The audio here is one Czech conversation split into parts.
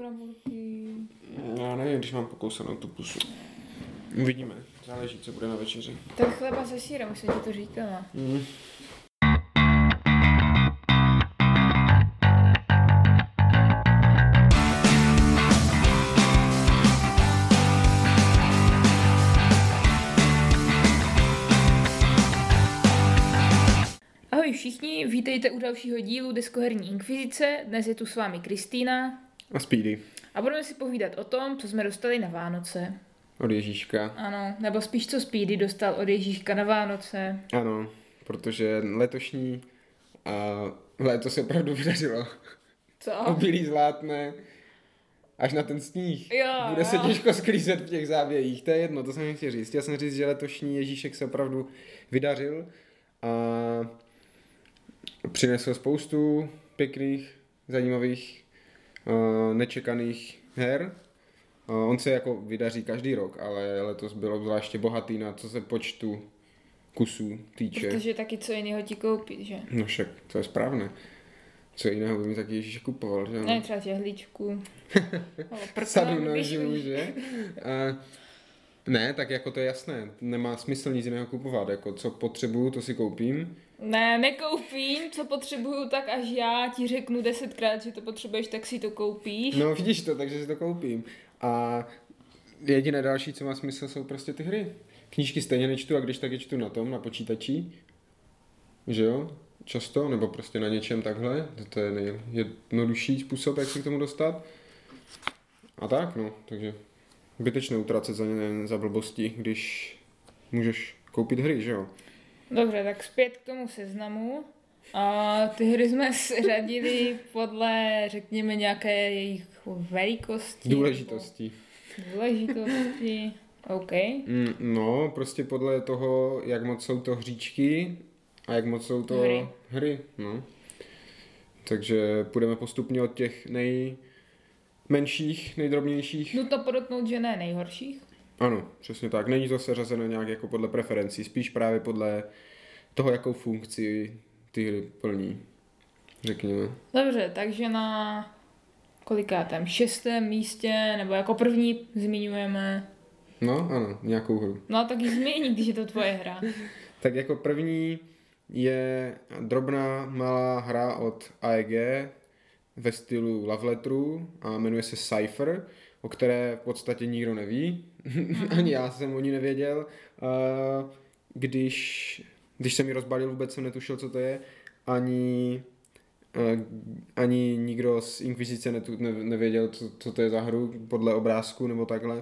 bramborky. Já nevím, když mám pokousanou tu pusu. Uvidíme, záleží, co bude na večeři. Tak chleba se sýrem, už jsem ti to říkala. Ahoj všichni, vítejte u dalšího dílu Deskoherní inkvizice. Dnes je tu s vámi Kristýna. A Speedy. A budeme si povídat o tom, co jsme dostali na Vánoce. Od Ježíška. Ano, nebo spíš co Speedy dostal od Ježíška na Vánoce. Ano, protože letošní léto se opravdu vydařilo. Co? Obilí zlátne až na ten sníh. Jo. Bude se těžko sklízet v těch závějích, to je jedno, to jsem chtěl říct. Chtěl jsem říct, že letošní Ježíšek se opravdu vydařil a přinesl spoustu pěkných, zajímavých, nečekaných her. On se jako vydaří každý rok, ale letos bylo zvláště bohatý na co se počtu kusů týče. Protože taky co jiného ti koupit, že? No však, to je správné. Co jiného by mi taky Ježíš kupoval, že? Ne, třeba žehličku. Sadu nožů, že? Ne, tak jako to je jasné. Nemá smysl nic jiného kupovat. Jako co potřebuju, to si koupím. Ne, nekoupím, co potřebuju, tak až já ti řeknu 10krát, že to potřebuješ, tak si to koupíš. No vidíš to, takže si to koupím. A jediné další, co má smysl, jsou prostě ty hry. Knížky stejně nečtu a když tak je čtu na tom, na počítači. Že jo? Často, nebo prostě na něčem takhle. To je nejjednodušší způsob, jak se k tomu dostat. A tak, no, takže zbytečné utracet za blbosti, když můžeš koupit hry, že jo? Dobře, tak zpět k tomu seznamu. A ty hry jsme řadili podle, řekněme, nějaké jejich velikosti. Důležitosti. Důležitosti. OK. No, prostě podle toho, jak moc jsou to hříčky a jak moc jsou to hry. No. Takže půjdeme postupně od těch nejmenších, nejdrobnějších. Nutno podotknout, že ne nejhorších. Ano, přesně tak. Není to seřazeno nějak jako podle preferencí, spíš právě podle toho, jakou funkci ty hry plní, řekněme. Dobře, takže na kolikátém? 6. místě, nebo jako první zmiňujeme... No, ano, nějakou hru. No, tak ji změní, když je to tvoje hra. Tak jako první je drobná malá hra od AEG ve stylu Love Letteru a jmenuje se Cypher, o které v podstatě nikdo neví. Ani já jsem o ní nevěděl. Když jsem ji rozbalil, vůbec jsem netušil, co to je. Ani nikdo z Inkvizice nevěděl, co to je za hru, podle obrázku nebo takhle.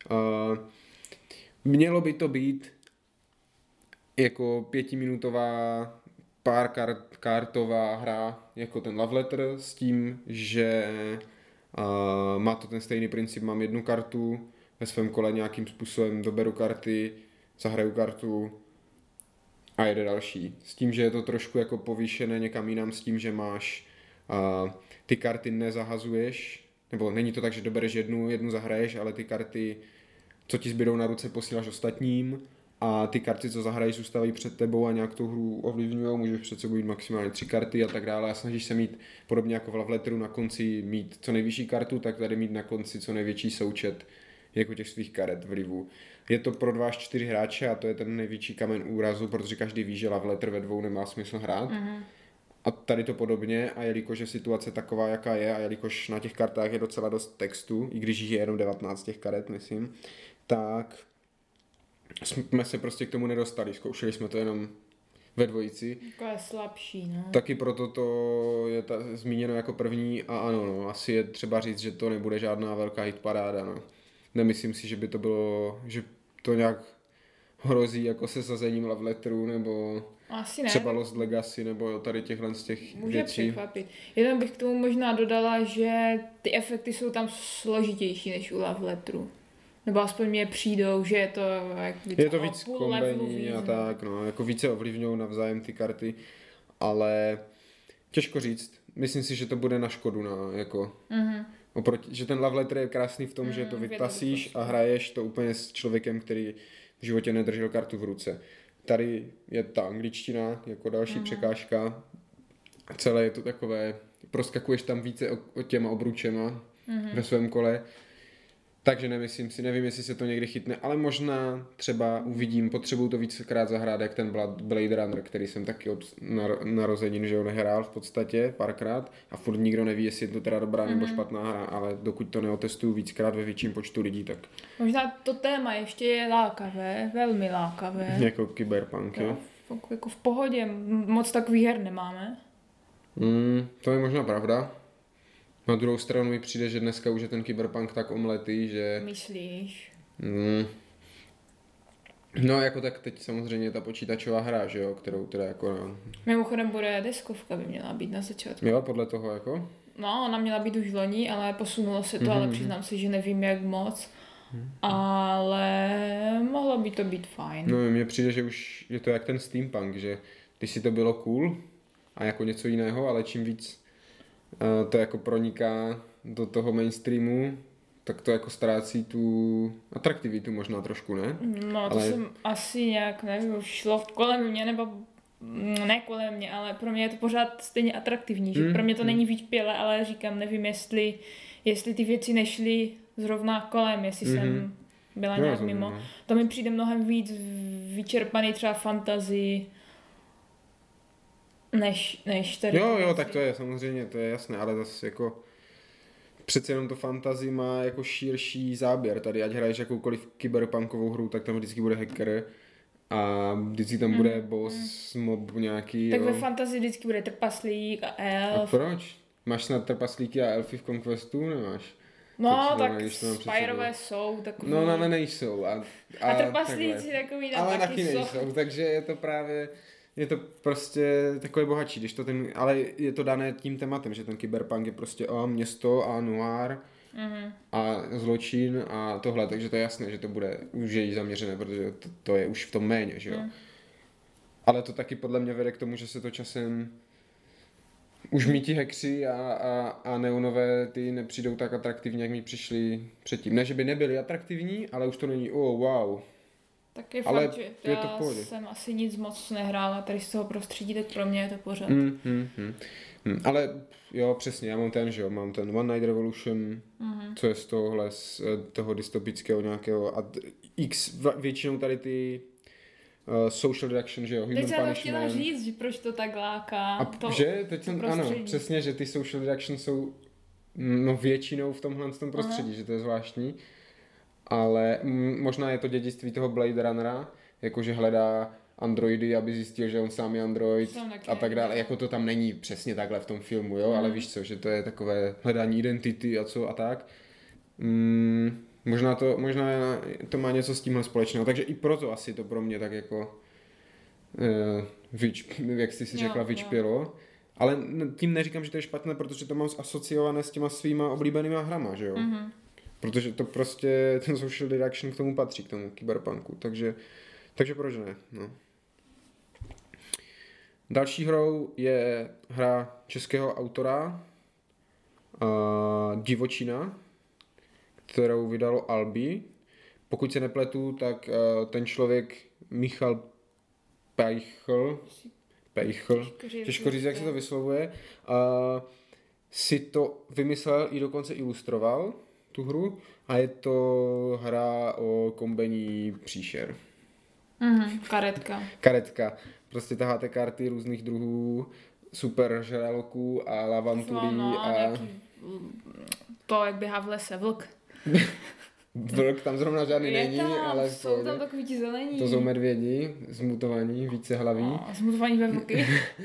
Mělo by to být jako 5minutová kartová hra jako ten Love Letter s tím, že má to ten stejný princip, mám jednu kartu, ve svém kole nějakým způsobem doberu karty, zahraju kartu a jede další. S tím, že je to trošku jako povýšené někam jinam, s tím, že máš ty karty nezahazuješ, nebo není to tak, že dobereš jednu zahraješ, ale ty karty, co ti zbydou na ruce, posíláš ostatním a ty karty, co zahraješ, zůstávají před tebou a nějak tu hru ovlivňují, můžeš před sebou mít maximálně 3 karty a tak dále a snažíš se mít podobně jako v Love Letteru na konci mít co nejvyšší kartu, tak tady mít na konci co největší součet jako těch svých karet vlivu. Je to pro 2 až 4 hráče a to je ten největší kamen úrazu, protože každý ví, že Love Letter ve 2 nemá smysl hrát. Mm-hmm. A tady to podobně a jelikož je situace taková, jaká je a jelikož na těch kartách je docela dost textu, i když je jenom 19 těch karet, myslím, tak jsme se prostě k tomu nedostali. Zkoušeli jsme to jenom ve dvojici. Jako je slabší, no. Taky proto to je zmíněno jako první a ano, no, asi je třeba říct, že to nebude žádná velká hitparáda, no. Nemyslím si, že by to bylo, že to nějak hrozí jako se sazením Love Letteru nebo asi ne. Třeba Lost Legacy nebo tady těchhle z těch může věcí. překvapit. Jenom bych k tomu možná dodala, že ty efekty jsou tam složitější než u Love Letteru. Nebo aspoň mě přijdou, že je to je to víc kombení a tak, no, jako více ovlivňují navzájem ty karty, ale těžko říct. Myslím si, že to bude na škodu, že ten Love Letter je krásný v tom, že to vytasíš a hraješ to úplně s člověkem, který v životě nedržel kartu v ruce. Tady je ta angličtina jako další překážka. Celé je to takové, proskakuješ tam více o těma obručema, ve svém kole. Takže nevím, jestli se to někdy chytne, ale možná třeba uvidím, potřebuju to vícekrát zahrát, jak ten Blade Runner, který jsem taky od narozenin, že ho nehrál v podstatě párkrát a furt nikdo neví, jestli je to teda dobrá nebo špatná hra, ale dokud to neotestuju víckrát ve větším počtu lidí, tak... Možná to téma ještě je lákavé, velmi lákavé. Jako Cyberpunk, jo? Jako v pohodě, moc takových her nemáme. To je možná pravda. Na druhou stranu mi přijde, že dneska už je ten Cyberpunk tak omletý, že... Myslíš? No jako tak teď samozřejmě ta počítačová hra, že jo, kterou teda jako... Mimochodem bude deskovka, by měla být na začátku. Jo, podle toho jako? No, ona měla být už v loni, ale posunulo se to, ale přiznám si, že nevím jak moc. Ale mohlo by to být fajn. No, mně přijde, že už je to jak ten steampunk, že když si to bylo cool a jako něco jiného, ale čím víc to jako proniká do toho mainstreamu, tak to jako ztrácí tu atraktivitu možná trošku, ne? No, to ale... jsem asi nějak, nevím, už šlo kolem mě, nebo ne kolem mě, ale pro mě je to pořád stejně atraktivní, že pro mě to není vyčpěle, ale říkám, nevím, jestli ty věci nešly zrovna kolem, jestli jsem byla nějak mimo. To mi přijde mnohem víc vyčerpaný třeba fantasy, než tady. Jo, tak to je samozřejmě, to je jasné, ale zase jako přece jenom to fantasy má jako širší záběr. Tady ať hraješ jakoukoliv kyberpunkovou hru, tak tam vždycky bude hacker a vždycky tam bude boss, mob nějaký. Tak ve fantasy vždycky bude trpaslík a elf. A proč? Máš snad trpaslíky a elfy v Conquestu? Nemáš? No, tak Spyrové jsou takový. No, ale nejsou. A trpaslíci takový tam ale taky nejsou, takže je to právě... Je to prostě takové bohatší, když to ale je to dané tím tématem, že ten kyberpunk je prostě město a noir a zločin a tohle, takže to je jasné, že to bude už její zaměřené, protože to je už v tom méně, že jo. Ale to taky podle mě vede k tomu, že se to časem už mít ti hackři a neonové ty nepřijdou tak atraktivní, jak mi přišli předtím. Ne, že by nebyli atraktivní, ale už to není wow. Tak je fakt, že já jsem asi nic moc nehrála tady z toho prostředí, tak pro mě je to pořád. Ale jo, přesně, já mám ten One Night Revolution, co je z toho dystopického nějakého a většinou tady ty social reaction, že jo, human punishment. Teď jsem chtěla říct, že proč to tak láká. Ano, přesně, že ty social reaction jsou většinou v tomhle prostředí, že to je zvláštní. Ale možná je to dědictví toho Blade Runnera, jakože hledá androidy, aby zjistil, že on sám je android a tak dále. Jako to tam není přesně takhle v tom filmu, jo, ale víš co, že to je takové hledání identity a co a tak. Možná to má něco s tímhle společného, takže i proto asi to pro mě tak jako jak jsi si řekla, vyčpělo. Ale tím neříkám, že to je špatné, protože to mám asociované s těma svýma oblíbenýma hrama, že jo. Protože to prostě, ten social deduction k tomu patří, k tomu kyberpunku, takže proč ne, no. Další hrou je hra českého autora Divočina, kterou vydalo Albi. Pokud se nepletu, tak ten člověk Michal Pejchl, těžko říct, jak se to vyslovuje, si to vymyslel i dokonce ilustroval, tu hru, a je to hra o kombení příšer. Karetka. Prostě taháte karty různých druhů, super žraloků a lavantulí a... To, jak běhá v lese, vlk. Vlk tam zrovna žádný není, ale... Jsou tam takový ti zelení. To jsou medvědi, zmutovaní, více hlaví. Zmutovaní ve vlky.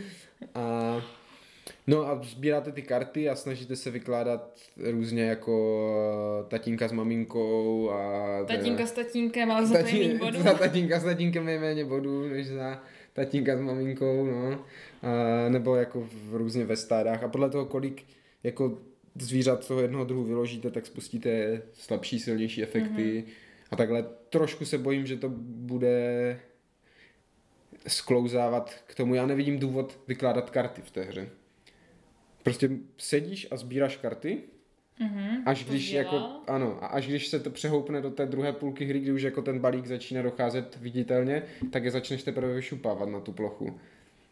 No a sbíráte ty karty a snažíte se vykládat různě jako tatínka s maminkou a... Tatínka s tatínkem, ale za to je méně bodů. Za tatínka s tatínkem je méně bodů, než za tatínka s maminkou, no. Nebo jako různě ve stádách. A podle toho, kolik jako zvířat toho jednoho druhu vyložíte, tak spustíte slabší, silnější efekty. A takhle trošku se bojím, že to bude sklouzávat k tomu. Já nevidím důvod vykládat karty v té hře. Prostě sedíš a sbíráš karty, až když se to přehoupne do té druhé půlky hry, kdy už jako ten balík začíná docházet viditelně, tak je začneš teprve vyšupávat na tu plochu.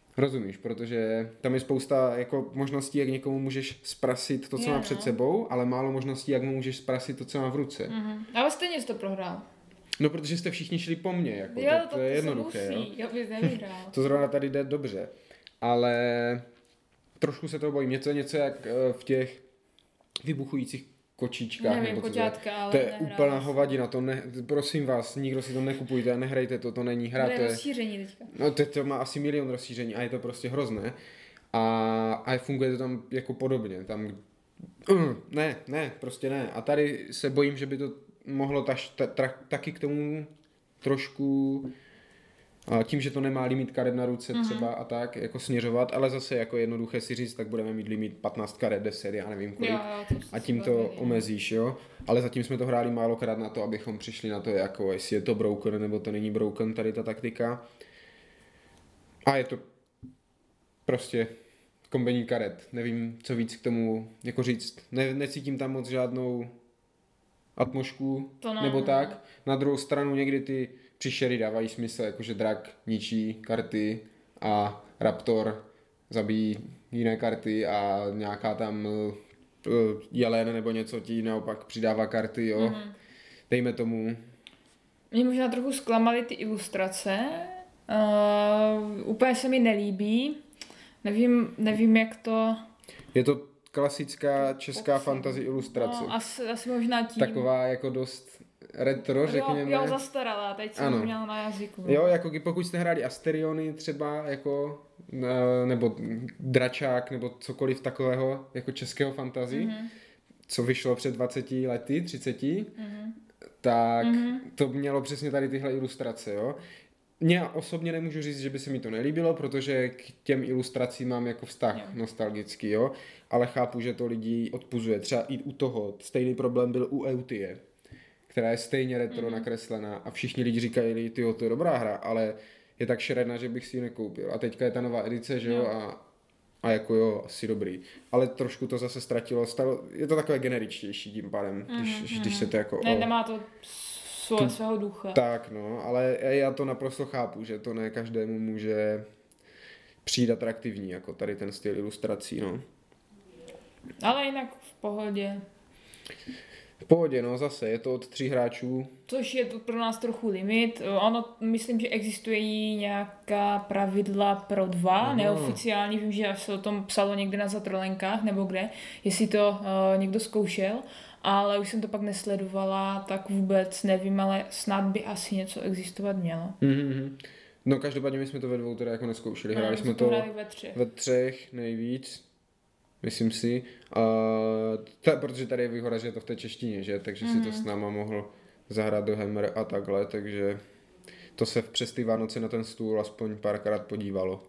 Rozumíš, protože tam je spousta jako možností, jak někomu můžeš zprasit to, co má před sebou, ale málo možností, jak mu můžeš zprasit to, co má v ruce. Ale stejně jsi to prohrál. No, protože jste všichni šli po mně, jako, jo, to je jednoduché. Jo, bys nevyhrál. To zrovna tady jde dobře. Ale trošku se toho bojím. Něco jak v vybuchujících kočičkách. Nevím, nebo koťátka, ale to je úplná hovadina, prosím vás, nikdo si to nekupujte, nehrajte to není hra. To je rozšíření teďka. No to má asi 1 000 000 rozšíření a je to prostě hrozné. A funguje to tam jako podobně, tam prostě ne. A tady se bojím, že by to mohlo taky k tomu trošku tím, že to nemá limit karet na ruce třeba a tak, jako směřovat, ale zase jako jednoduché si říct, tak budeme mít limit 15 karet, 10, já nevím kolik. A tím to omezíš, jo. Ale zatím jsme to hráli málokrát na to, abychom přišli na to, jako jestli je to broken nebo to není broken, tady ta taktika. A je to prostě kombení karet. Nevím, co víc k tomu jako říct. Necítím tam moc žádnou atmosféru nebo tak. Na druhou stranu někdy ty příšery dávají smysl, jakože drak ničí karty a raptor zabíjí jiné karty a nějaká tam jelen nebo něco ti naopak přidává karty, jo. Dejme tomu. Mě možná trochu zklamaly ty ilustrace. Úplně se mi nelíbí. Nevím, jak to... Je to klasická česká fantasy ilustrace. No, asi možná tím. Taková jako dost retro, řekněme. Jo, zastaralá, teď jsem měla na jazyku. Jo, jako pokud jste hráli Asteriony třeba, jako, nebo Dračák, nebo cokoliv takového, jako českého fantasy, co vyšlo před 20 lety, 30, tak to mělo přesně tady tyhle ilustrace, jo. Mně osobně nemůžu říct, že by se mi to nelíbilo, protože k těm ilustracím mám jako vztah nostalgický, jo, ale chápu, že to lidi odpuzuje. Třeba i u toho stejný problém byl u Eutie, která je stejně retro nakreslená a všichni lidi říkají, tyjo, to je dobrá hra, ale je tak šeredná, že bych si ji nekoupil. A teďka je ta nová edice, že jo, a jako jo, asi dobrý. Ale trošku to zase ztratilo, je to takové generičtější tím pádem, když se to jako... Nemá to svého ducha. Tak no, ale já to naprosto chápu, že to ne každému může přijít atraktivní, jako tady ten styl ilustrací, no. Ale jinak v pohodě. V pohodě, no zase, je to od 3 hráčů. Což je to pro nás trochu limit. Ono, myslím, že existují nějaká pravidla pro 2, neoficiální, vím, že až se o tom psalo někde na Zatrolenkách nebo kde, jestli to někdo zkoušel, ale už jsem to pak nesledovala, tak vůbec nevím, ale snad by asi něco existovat mělo. No každopádně my jsme to ve 2 teda jako neskoušeli, hráli jsme to ve 3 nejvíc. Myslím si, protože tady je výhoda, že je to v té češtině, že? Takže si to s náma mohl zahrát do Hammer a takhle, takže to se přes ty Vánoce na ten stůl aspoň párkrát podívalo.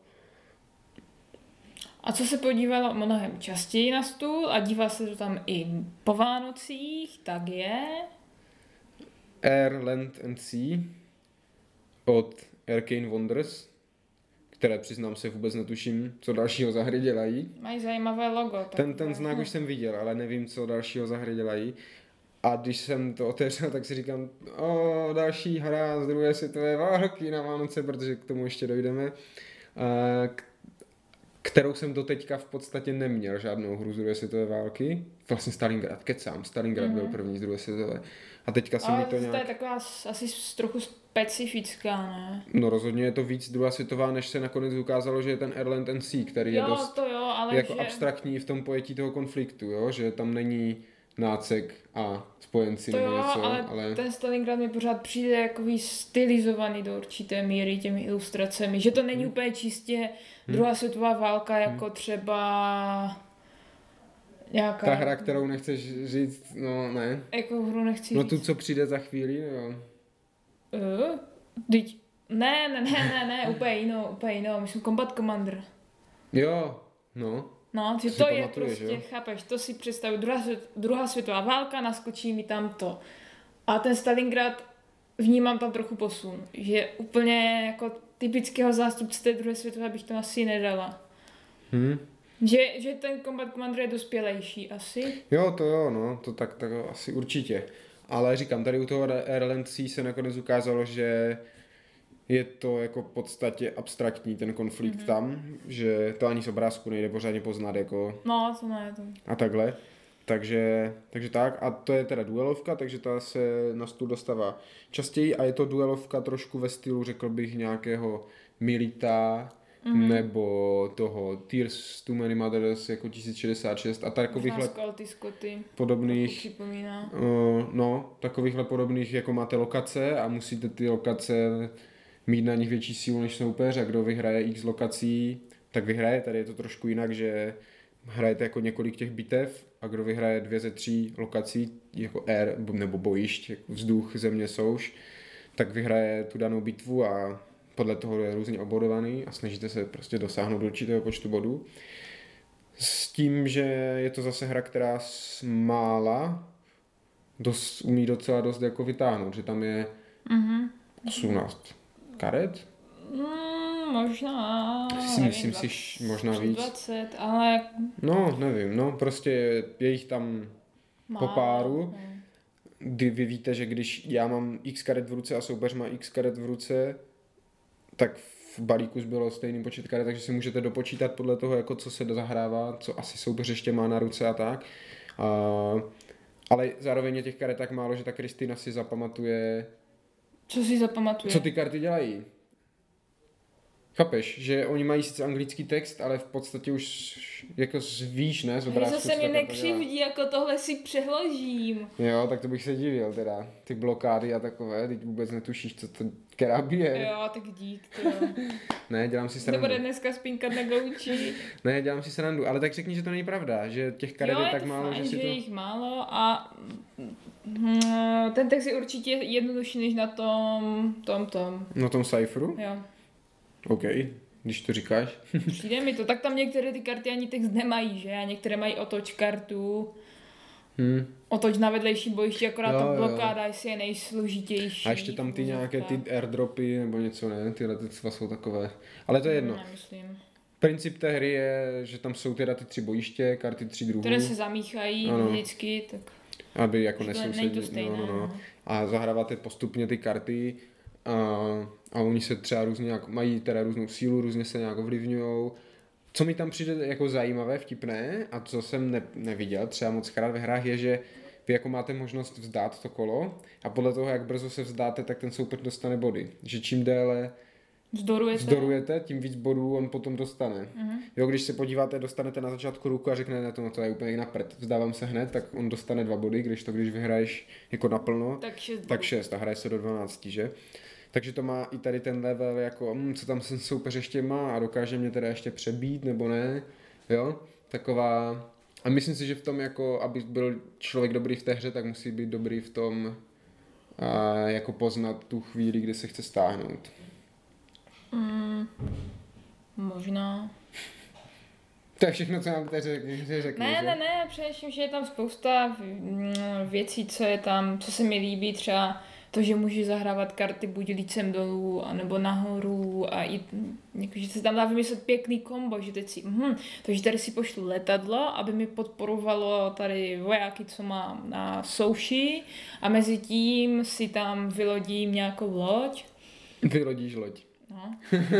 A co se podívalo mnohem častěji na stůl a dívá se to tam i po Vánocích, tak je... Air, Land and Sea od Arcane Wonders, které přiznám se vůbec netuším, co dalšího za hry dělají. Mají zajímavé logo. Ten znak už jsem viděl, ale nevím, co dalšího za hry dělají. A když jsem to otevřel, tak si říkám, další hra z 2. světové války na Vánoce, protože k tomu ještě dojdeme, kterou jsem doteďka v podstatě neměl, žádnou hru z 2. světové války. Vlastně Stalingrad, kecám, Stalingrad byl první z 2. světové. A teďka se mi to nějak... Ale to je taková asi trochu specifická, ne? No rozhodně je to víc 2. světová, než se nakonec ukázalo, že je ten Air, Land and Sea, který je dost ale jako abstraktní v tom pojetí toho konfliktu, jo? Že tam není nácek a spojenci nebo něco. Ale ten Stalingrad mi pořád přijde jakový stylizovaný do určité míry těmi ilustracemi, že to není úplně čistě 2. světová válka, jako třeba nějaká... Ta hra, kterou nechceš říct, no ne. Jako hru nechci říct. No tu, co přijde za chvíli, jo. Ne, úplně jinou, myslím Combat Commander. Jo, no. No, že to je prostě, jo? Chápeš, to si představuji, druhá světová válka, naskočí mi tam to. A ten Stalingrad vnímám tam trochu posun, že úplně jako typického zástupce té 2. světové bych to asi nedala. Že ten Combat Commander je dospělejší asi. Jo, to jo, no, to tak asi určitě. Ale říkám, tady u toho Air, Land Sea se nakonec ukázalo, že je to jako v podstatě abstraktní ten konflikt tam, že to ani z obrázku nejde pořádně poznat jako No, to ne, to. a takhle. Takže tak a to je teda duelovka, takže ta se na stůl dostává častěji a je to duelovka trošku ve stylu, řekl bych, nějakého Milita nebo toho Tears Too Many Mothers jako 1066 a takovýchhle podobných takovýchhle podobných jako máte lokace a musíte ty lokace mít na nich větší sílu než soupeř a kdo vyhraje x lokací, tak vyhraje. Tady je to trošku jinak, že hrajete jako několik těch bitev a kdo vyhraje 2 ze 3 lokací, jako air nebo bojišť, jako vzduch, země, souš, tak vyhraje tu danou bitvu a podle toho je různě obodovaný a snažíte se prostě dosáhnout určitého počtu bodů. S tím, že je to zase hra, která mála umí docela dost jako vytáhnout, že tam je 18 karet. Možná, myslím si, možná víc. 20, ale... No, nevím, no, prostě je jich tam po páru. Kdy vy víte, že když já mám x karet v ruce a soupeř má x karet v ruce, tak v balíku zbylo stejný počet karet, takže si můžete dopočítat podle toho, jako co se zahrává, co asi soupeř ještě má na ruce a tak. Ale zároveň je těch karet tak málo, že ta Kristýna si zapamatuje... Co si zapamatuje? Co ty karty dělají. Chápeš, že oni mají sice anglický text, ale v podstatě už jako víš, ne, z obrázku. Zase mě nekřivdí, jako tohle si přeložím. Jo, tak to bych se divil teda. Ty blokády a takové, teď vůbec netušíš, co to kerábí je. Jo, tak dík, to. Ne, dělám si srandu. To bude dneska spinkat na gauči. Ne, dělám si srandu, ale tak řekni, že to není pravda, že těch karet je tak málo, fajn, že si to... je jich málo a ten text je určitě jednodušší než na tom. Na tom cypheru? Jo. OK, když to říkáš. Přijde mi to, tak tam některé ty karty ani text nemají, že? A některé mají otoč kartu, otoč na vedlejší bojiště, akorát ta blokáda je nejsložitější. A ještě tam ty nějaké ty airdropy nebo něco, ne? Tyhle ty jsou takové. Ale to je jedno. Nemyslím. Princip té hry je, že tam jsou teda ty 3 bojiště, karty 3 druhů. Které se zamíchají vždycky, tak... Aby jako nesousedí. No. A zahráváte postupně ty karty a oni se třeba různě mají teda různou sílu, různě se nějak ovlivňujou. Co mi tam přijde jako zajímavé, vtipné a co jsem neviděl třeba moc krát ve hrách je, že vy jako máte možnost vzdát to kolo a podle toho, jak brzo se vzdáte, tak ten soupeř dostane body. Že čím déle vzdorujete, tím víc bodů on potom dostane. Jo, když se podíváte, dostanete na začátku ruku a řekne, ne, to je úplně na prd. Vzdávám se hned, tak on dostane 2 body, když vyhraješ jako naplno, tak 6 a hraje se do 12, že? Takže to má i tady ten level, jako co tam ten soupeř ještě má a dokáže mě teda ještě přebít nebo ne, jo? Taková... A myslím si, že v tom, jako, aby byl člověk dobrý v té hře, tak musí být dobrý v tom jako poznat tu chvíli, kdy se chce stáhnout. Možná. To je všechno, co nám teď řekli, Ne, především, že je tam spousta věcí, co se mi líbí, třeba to, že můžeš zahrávat karty buď lícem dolů, anebo nahoru a i, že se tam dá vymyslet pěkný kombo, že teď si, takže tady si pošlu letadlo, aby mi podporovalo tady vojáky, co mám na souši a mezi tím si tam vylodím nějakou loď. Vylodíš loď. No.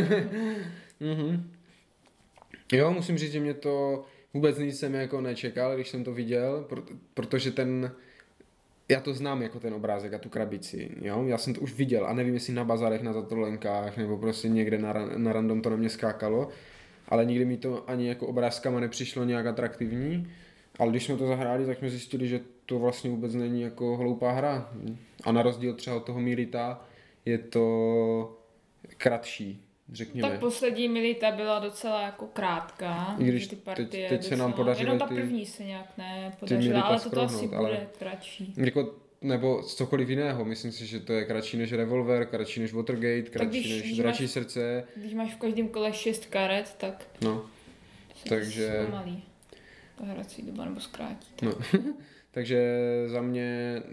Jo, musím říct, že mě to vůbec nic jsem jako nečekal, když jsem to viděl, protože já to znám jako ten obrázek a tu krabici, jo, já jsem to už viděl a nevím, jestli na bazarech, na zatolenkách nebo prostě někde na random to na mě skákalo, ale nikdy mi to ani jako obrázkama nepřišlo nějak atraktivní, ale když jsme to zahráli, tak jsme zjistili, že to vlastně vůbec není jako hloupá hra a na rozdíl třeba od toho Milita je to kratší, řekněme. Tak poslední Milita byla docela jako krátká. I když ty partie teď se nám podařilo jenom ta první se nějak nepodařila, ale to asi bude kratší. Jako, nebo cokoliv jiného, myslím si, že to je kratší než Revolver, kratší než Watergate, kratší než Dračí srdce. Když máš v každém kole 6 karet, tak takže zpomalí ta hrací doba nebo zkrátí. No. Takže za mě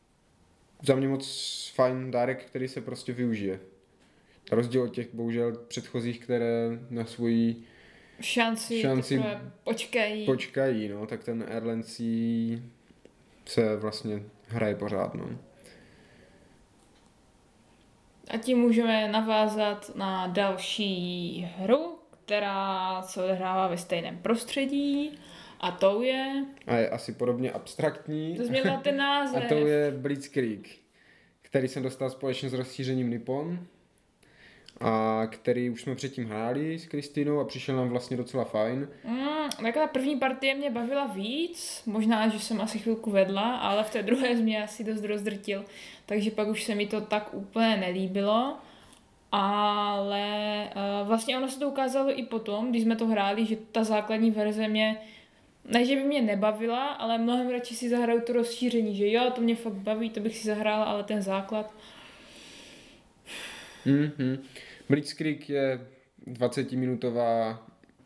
moc fajn dárek, který se prostě využije. Na rozdíl od těch bohužel předchozích, které na svoji šanci počkají, no, tak ten Erlency se vlastně hraje pořád, no. A tím můžeme navázat na další hru, která se odehrává ve stejném prostředí. A tou je... A je asi podobně abstraktní. To změnila ten název. A tou je Blitzkrieg, který jsem dostal společně s rozšířením Nippon. A který už jsme předtím hráli s Kristýnou a přišel nám vlastně docela fajn. Taková první partie mě bavila víc, možná, že jsem asi chvilku vedla, ale v té druhé mě asi dost rozdrtil, takže pak už se mi to tak úplně nelíbilo. Ale vlastně ono se to ukázalo i potom, když jsme to hráli, že ta základní verze mě, ne že by mě nebavila, ale mnohem radši si zahraju to rozšíření, že jo, to mě fakt baví, to bych si zahrála, ale ten základ... Blitzkrieg je 20-minutová...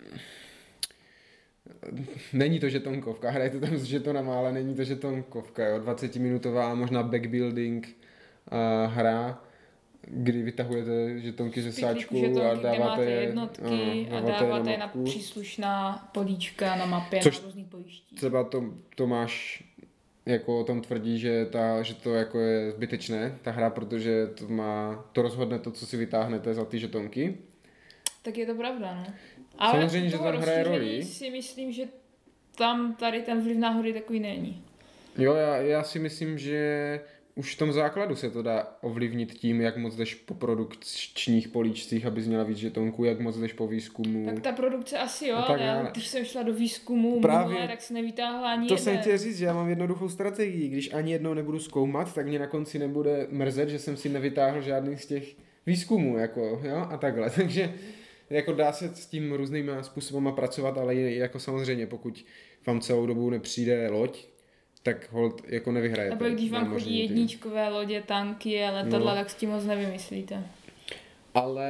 Není to žetonkovka, hrajete tam s žetonama, ale není to žetonkovka, jo. 20-minutová, možná backbuilding hra, kdy vytahujete žetonky ze sáčku a dáváte je jednotky a dáváte je na příslušná políčka na mapě na různých bojištích. Třeba Tomáš jako o tom tvrdí, že to jako je zbytečné, ta hra, protože to rozhodne to, co si vytáhnete za ty žetonky. Tak je to pravda, no. Ale samozřejmě, že tam hraje roli. Si myslím, že tam tady ten vliv náhody takový není. Jo, já si myslím, že už v tom základu se to dá ovlivnit tím, jak moc jdeš po produkčních políčcích, abys měla víc žetonků, jak moc jdeš po výzkumu. Tak ta produkce asi jo, ale když jsem šla do výzkumu minule, tak se nevytáhla ani to jsem chtěl říct, že já mám jednoduchou strategii. Když ani jednou nebudu zkoumat, tak mě na konci nebude mrzet, že jsem si nevytáhl žádný z těch výzkumů, jako, jo, a takhle. Takže jako dá se s tím různýma způsobama pracovat, ale jako samozřejmě, pokud vám celou dobu nepřijde loď, tak hold jako nevyhrajete. Nebo když vám chodí jedničkové lodě, tanky a letadla, tak s tím moc nevymyslíte. Ale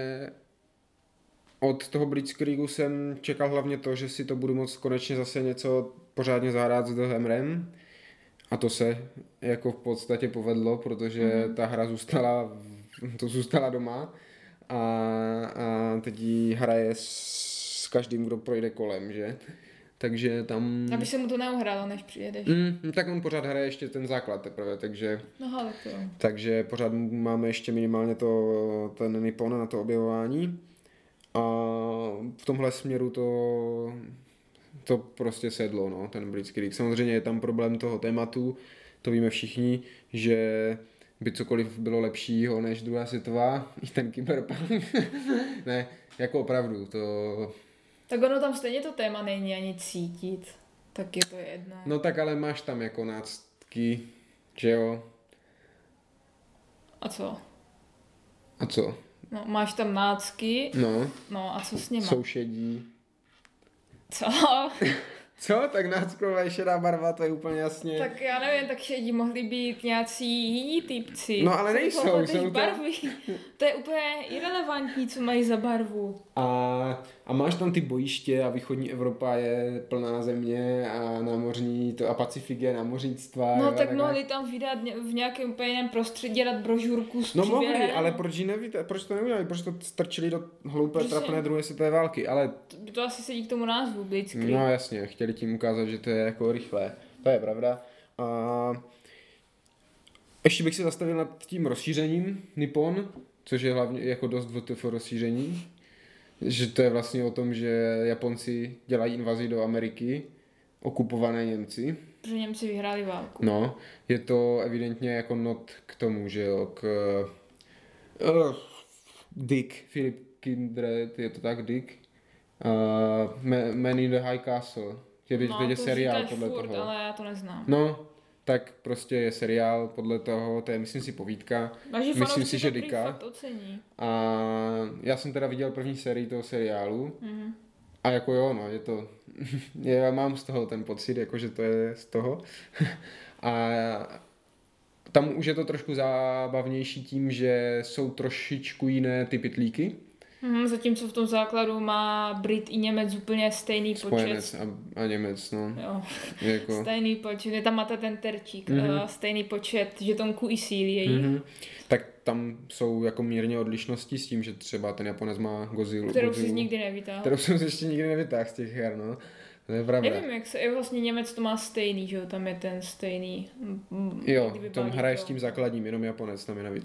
od toho Blitzkriegu jsem čekal hlavně to, že si to budu moct konečně zase něco pořádně zahrát s Dohemrem. A to se jako v podstatě povedlo, protože ta hra zůstala doma a teď ji hraje s každým, kdo projde kolem, že? Takže tam... Aby se mu to neuhrálo, než přijedeš. Tak on pořád hraje ještě ten základ teprve, takže... Aha, tak to. Takže pořád máme ještě minimálně ten Nippon na to objevování. A v tomhle směru to prostě sedlo, no, ten Blitzkrieg. Samozřejmě je tam problém toho tématu, to víme všichni, že by cokoliv bylo lepšího než druhá světová, i ten Cyberpunk. Ne, jako opravdu, to... Tak ono tam stejně to téma není ani cítit, tak je to jedno. No tak ale máš tam jako náctky, že jo? A co? A co? No, máš tam nácky. No a co s nimi? Soušedí. Co? Co? Tak nácková šedá barva, to je úplně jasně. Tak já nevím, tak šedí mohli být nějací jiní typci. No ale nejsou, jsou barvy. To je úplně irelevantní, co mají za barvu. A máš tam ty bojiště a východní Evropa je plná země a námořní, a Pacifik je námořnictva. No jo, tak mohli tam vydat v nějakém úplně jiném prostředí, dát brožurku s No mohli, ale proč to neudělali? Proč to strčili do hloupé trapné druhé světové války? Ale to asi sedí k tomu názvu Blitzkrieg. No jasně, chtěli tím ukázat, že to je jako rychlé. To je pravda. A ještě bych se zastavil nad tím rozšířením Nippon, což je hlavně jako dost WTF rozšíření. Že to je vlastně o tom, že Japonci dělají invazi do Ameriky, okupované Němci. Protože Němci vyhráli válku. No, je to evidentně jako not k tomu, že jo, Dick, Philip Kindred, je to tak, Dick? Man in the High Castle. Teď je seriál podle furt, toho. Ale já to neznám. No, tak prostě je seriál podle toho, to je myslím si povídka. Myslím si, že Dicka. A já jsem teda viděl první sérii toho seriálu. A jako jo, no, je to... já mám z toho ten pocit, jako že to je z toho. A tam už je to trošku zábavnější tím, že jsou trošičku jiné ty pytlíky. Zatímco v tom základu má Brit i Němec úplně stejný Spojenec počet. a Němec, no. Jo. Jako... Stejný počet, tam máte ten terčík, stejný počet žetonků i síly její. Tak tam jsou jako mírně odlišnosti s tím, že třeba ten Japonec má Godzilla. Kterou jsi nikdy nevytáhl. Kterou jsem si ještě nikdy nevytáhl z těch her, no. To je pravda. Nevím, jak se, vlastně Němec to má stejný, že jo, tam je ten stejný. Jo, tam hraješ s tím základním, jenom Japonec tam je navíc.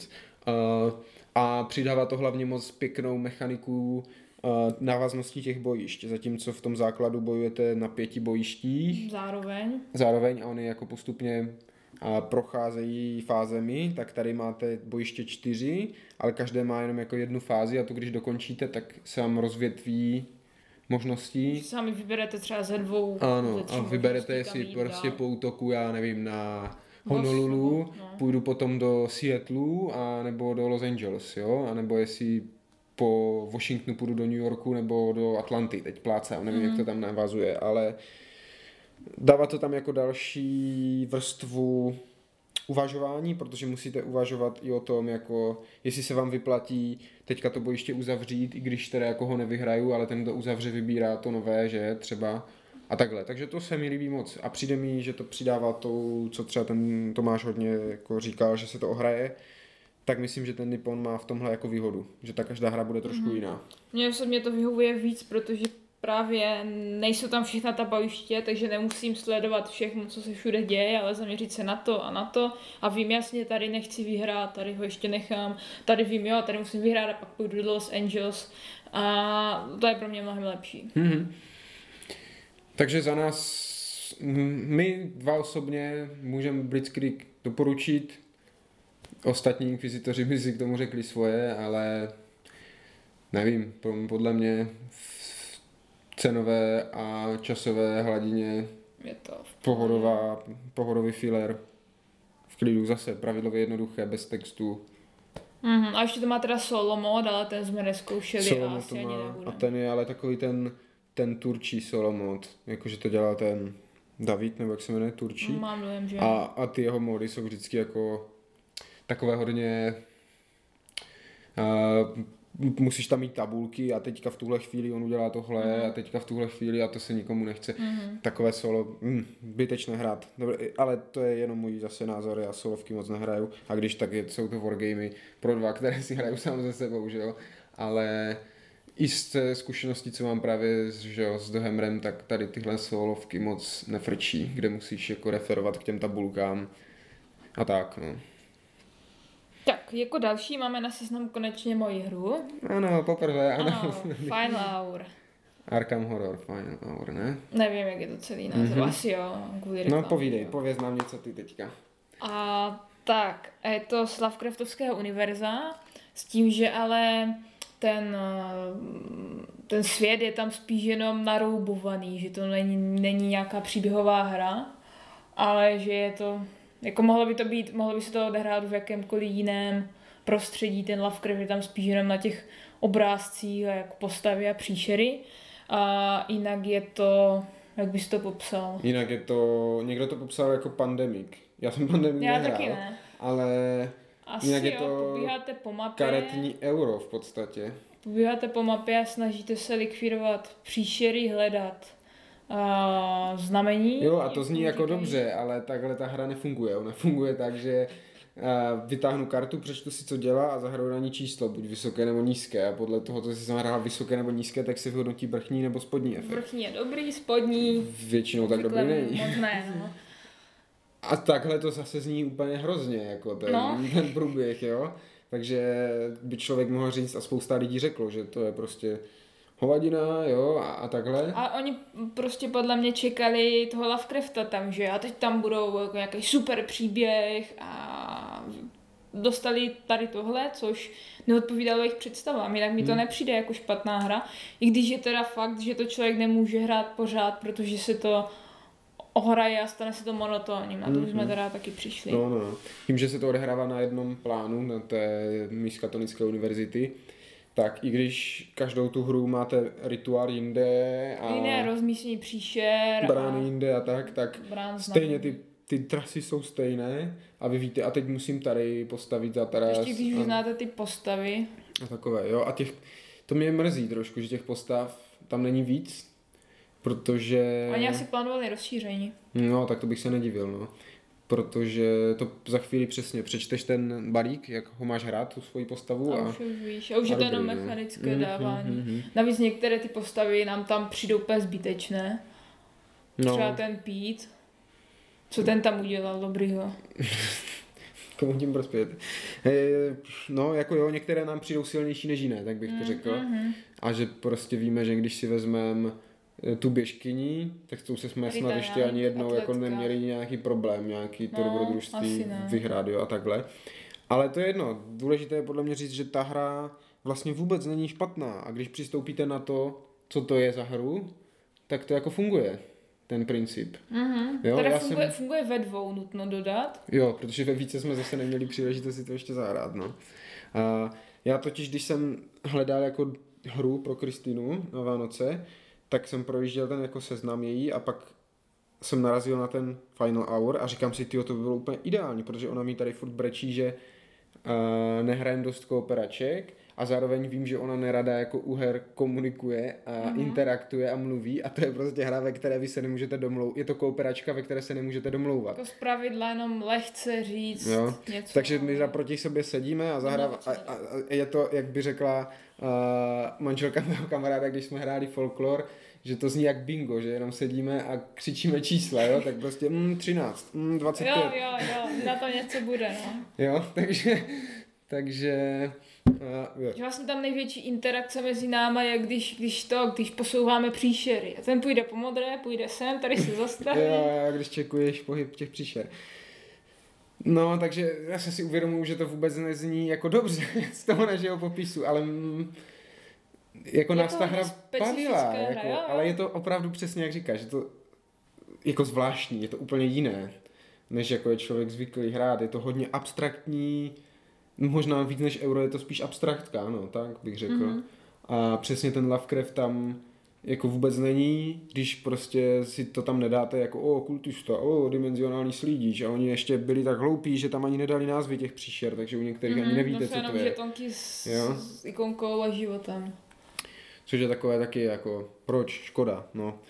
A přidává to hlavně moc pěknou mechaniku návazností těch bojišť, zatímco v tom základu bojujete na 5 bojištích. Zároveň a oni jako postupně procházejí fázemi, tak tady máte bojiště 4, ale každé má jenom jako jednu fázi a to když dokončíte, tak se vám rozvětví možností. Sami vyberete třeba ze 2. Ano, a vyberete, jestli prostě po útoku, já nevím, na Honolulu, půjdu potom do Seattlu a nebo do Los Angeles, jo, a nebo jestli po Washingtonu půjdu do New Yorku nebo do Atlanty, teď plácám, nevím, jak to tam navazuje, ale dává to tam jako další vrstvu uvažování, protože musíte uvažovat i o tom, jako jestli se vám vyplatí teďka to bojiště uzavřít, i když teda jako ho nevyhraju, ale ten, kdo uzavře, vybírá to nové, že třeba a takhle. Takže to se mi líbí moc a přijde mi, že to přidává to, co třeba ten Tomáš hodně jako říkal, že se to ohraje, tak myslím, že ten Nippon má v tomhle jako výhodu, že ta každá hra bude trošku jiná. Mně osobně to vyhovuje víc, protože právě nejsou tam všechna ta bojiště, takže nemusím sledovat všechno, co se všude děje, ale zaměřit se na to a vím jasně, tady nechci vyhrát, tady ho ještě nechám, tady vím, jo, tady musím vyhrát a pak půjdu do Los Angeles a to je pro mě mnohem lepší. Takže za nás, my dva osobně můžeme Blitzkrieg doporučit, ostatní inkvizitoři by si k tomu řekli svoje, ale nevím, podle mě v cenové a časové hladině je to pohodový filler v klidu, zase pravidlově jednoduché, bez textu. A ještě to má teda solo mod, ale ten jsme neskoušeli solo a asi ani nebudeme. A ten je ale takový ten Turčí solo mod, jakože to dělal ten David, nebo jak se jmenuje, Turčí. Mám dojem, že a ty jeho mody jsou vždycky jako takové hodně musíš tam mít tabulky a teďka v tuhle chvíli on udělá tohle a teďka v tuhle chvíli a to se nikomu nechce. Takové solo, zbytečné hrát. Dobře, ale to je jenom můj zase názor, já solovky moc nehraju a když tak jsou to wargamey pro 2, které si hraju sám ze sebou, že jo. Ale i z té zkušenosti, co mám právě s Dohemrem, tak tady tyhle solovky moc nefrčí, kde musíš jako referovat k těm tabulkám a tak, no. Tak, jako další máme na seznamu konečně moji hru. Ano, poprvé, ano. Final Hour. Arkham Horror Final Hour, ne? Nevím, jak je to celý název, asi jo. No pověz nám něco ty teďka. A tak, je to z Lovecraftovského univerza, s tím, že ale ten svět je tam spíš jenom naroubovaný, že to není nějaká příběhová hra, ale že je to, jako mohlo by se to odehrát v jakémkoliv jiném prostředí, ten Lovecraft je tam spíš jenom na těch obrázcích a jako postavy a příšery. A jinak je to, jak bys to popsal? Jinak je to, někdo to popsal jako Pandemic. Já jsem Pandemic nehrál, taky ne. Ale asi jinak je jo, to pobíháte po mapě. Karetní euro v podstatě. Pobíháte po mapě a snažíte se likvidovat příšery, hledat znamení. Jo, a to zní jako dobře, ale takhle ta hra nefunguje. Ona funguje tak, že vytáhnu kartu, přečtu si, co dělá a zahraju na ní číslo, buď vysoké nebo nízké. A podle toho, co si zahrál vysoké nebo nízké, tak se vyhodnotí vrchní nebo spodní efekt. Vrchní je dobrý, spodní většinou tak dobrý není. Moc ne, no. A takhle to zase zní úplně hrozně, jako ten průběh, jo. Takže by člověk mohl říct a spousta lidí řeklo, že to je prostě hovadina, jo, a takhle. A oni prostě podle mě čekali toho Lovecrafta tam, že a teď tam budou jako nějaký super příběh a dostali tady tohle, což neodpovídalo jejich představám, jinak mi to nepřijde jako špatná hra, i když je teda fakt, že to člověk nemůže hrát pořád, protože se to ohraje a stane se to monotónním, na to jsme teda taky přišli. No. Tím, že se to odehrává na jednom plánu, na té Miskatonické univerzity, tak i když každou tu hru máte rituál jinde a jiné rozmístění příšer brány jinde a tak stejně ty trasy jsou stejné a vy víte, a teď musím tady postavit za teraz. Ještě když znáte ty postavy. A takové, jo, a to mě mrzí trošku, že těch postav tam není víc, protože Oni asi plánovali rozšíření. No, tak to bych se nedivil, no. Protože to za chvíli přesně přečteš ten balík, jak ho máš hrát, tu svoji postavu. A už víš, a už je to jenom mechanické dávání. Navíc některé ty postavy nám tam přijdou úplně zbytečné. Třeba ten Pete, co ten tam udělal dobrýho. Komu tím prospět? No, jako jo, některé nám přijdou silnější než jiné, tak bych to řekl. A že prostě víme, že když si vezmeme tu běžkyni, tak s tou jsme snad ještě ani jednou jako neměli nějaký problém, nějaký to dobrodružství vyhrát, jo, a takhle. Ale to je jedno. Důležité je podle mě říct, že ta hra vlastně vůbec není špatná. A když přistoupíte na to, co to je za hru, tak to jako funguje, ten princip. Jo, teda funguje ve dvou, nutno dodat. Jo, protože ve více jsme zase neměli příležitost si to ještě zahrát, no. Já totiž, když jsem hledal jako hru pro Kristýnu na Vánoce, tak jsem projížděl ten jako seznam její a pak jsem narazil na ten Final Hour a říkám si, tyjo, to by bylo úplně ideální, protože ona mi tady furt brečí, že nehrajem dost kooperaček a zároveň vím, že ona nerada jako u her komunikuje a interaktuje a mluví a to je prostě hra, ve které vy se nemůžete domlouvat. Je to kooperačka, ve které se nemůžete domlouvat. Jako zpravidla jenom lehce říct něco. Takže my proti sobě sedíme a zahráváme a je to, jak by řekla manželka mého kamaráda, když jsme hráli folklor, že to zní jak bingo, že jenom sedíme a křičíme čísla, jo, tak prostě 13, 25. Jo, na to něco bude, no. Jo, takže vlastně tam největší interakce mezi náma je, když posouváme příšery. A ten půjde po modré, půjde sem, tady se zastaví. Jo, když čekuješ pohyb těch příšer. No, takže já si uvědomuji, že to vůbec nezní jako dobře z toho našeho popisu, ale jako nás ta hra bavila, jako, ale je to opravdu přesně jak říkáš, že to jako zvláštní, je to úplně jiné, než jako je člověk zvyklý hrát, je to hodně abstraktní, možná víc než euro, je to spíš abstraktka, no, tak bych řekl. A přesně ten Lovecraft tam jako vůbec není, když prostě si to tam nedáte jako kultista, dimenzionální slídič a oni ještě byli tak hloupí, že tam ani nedali názvy těch příšer, takže u některých ani nevíte, co to je. Žetonky s ikonkou a životem. Což je takové taky jako, proč, škoda, no.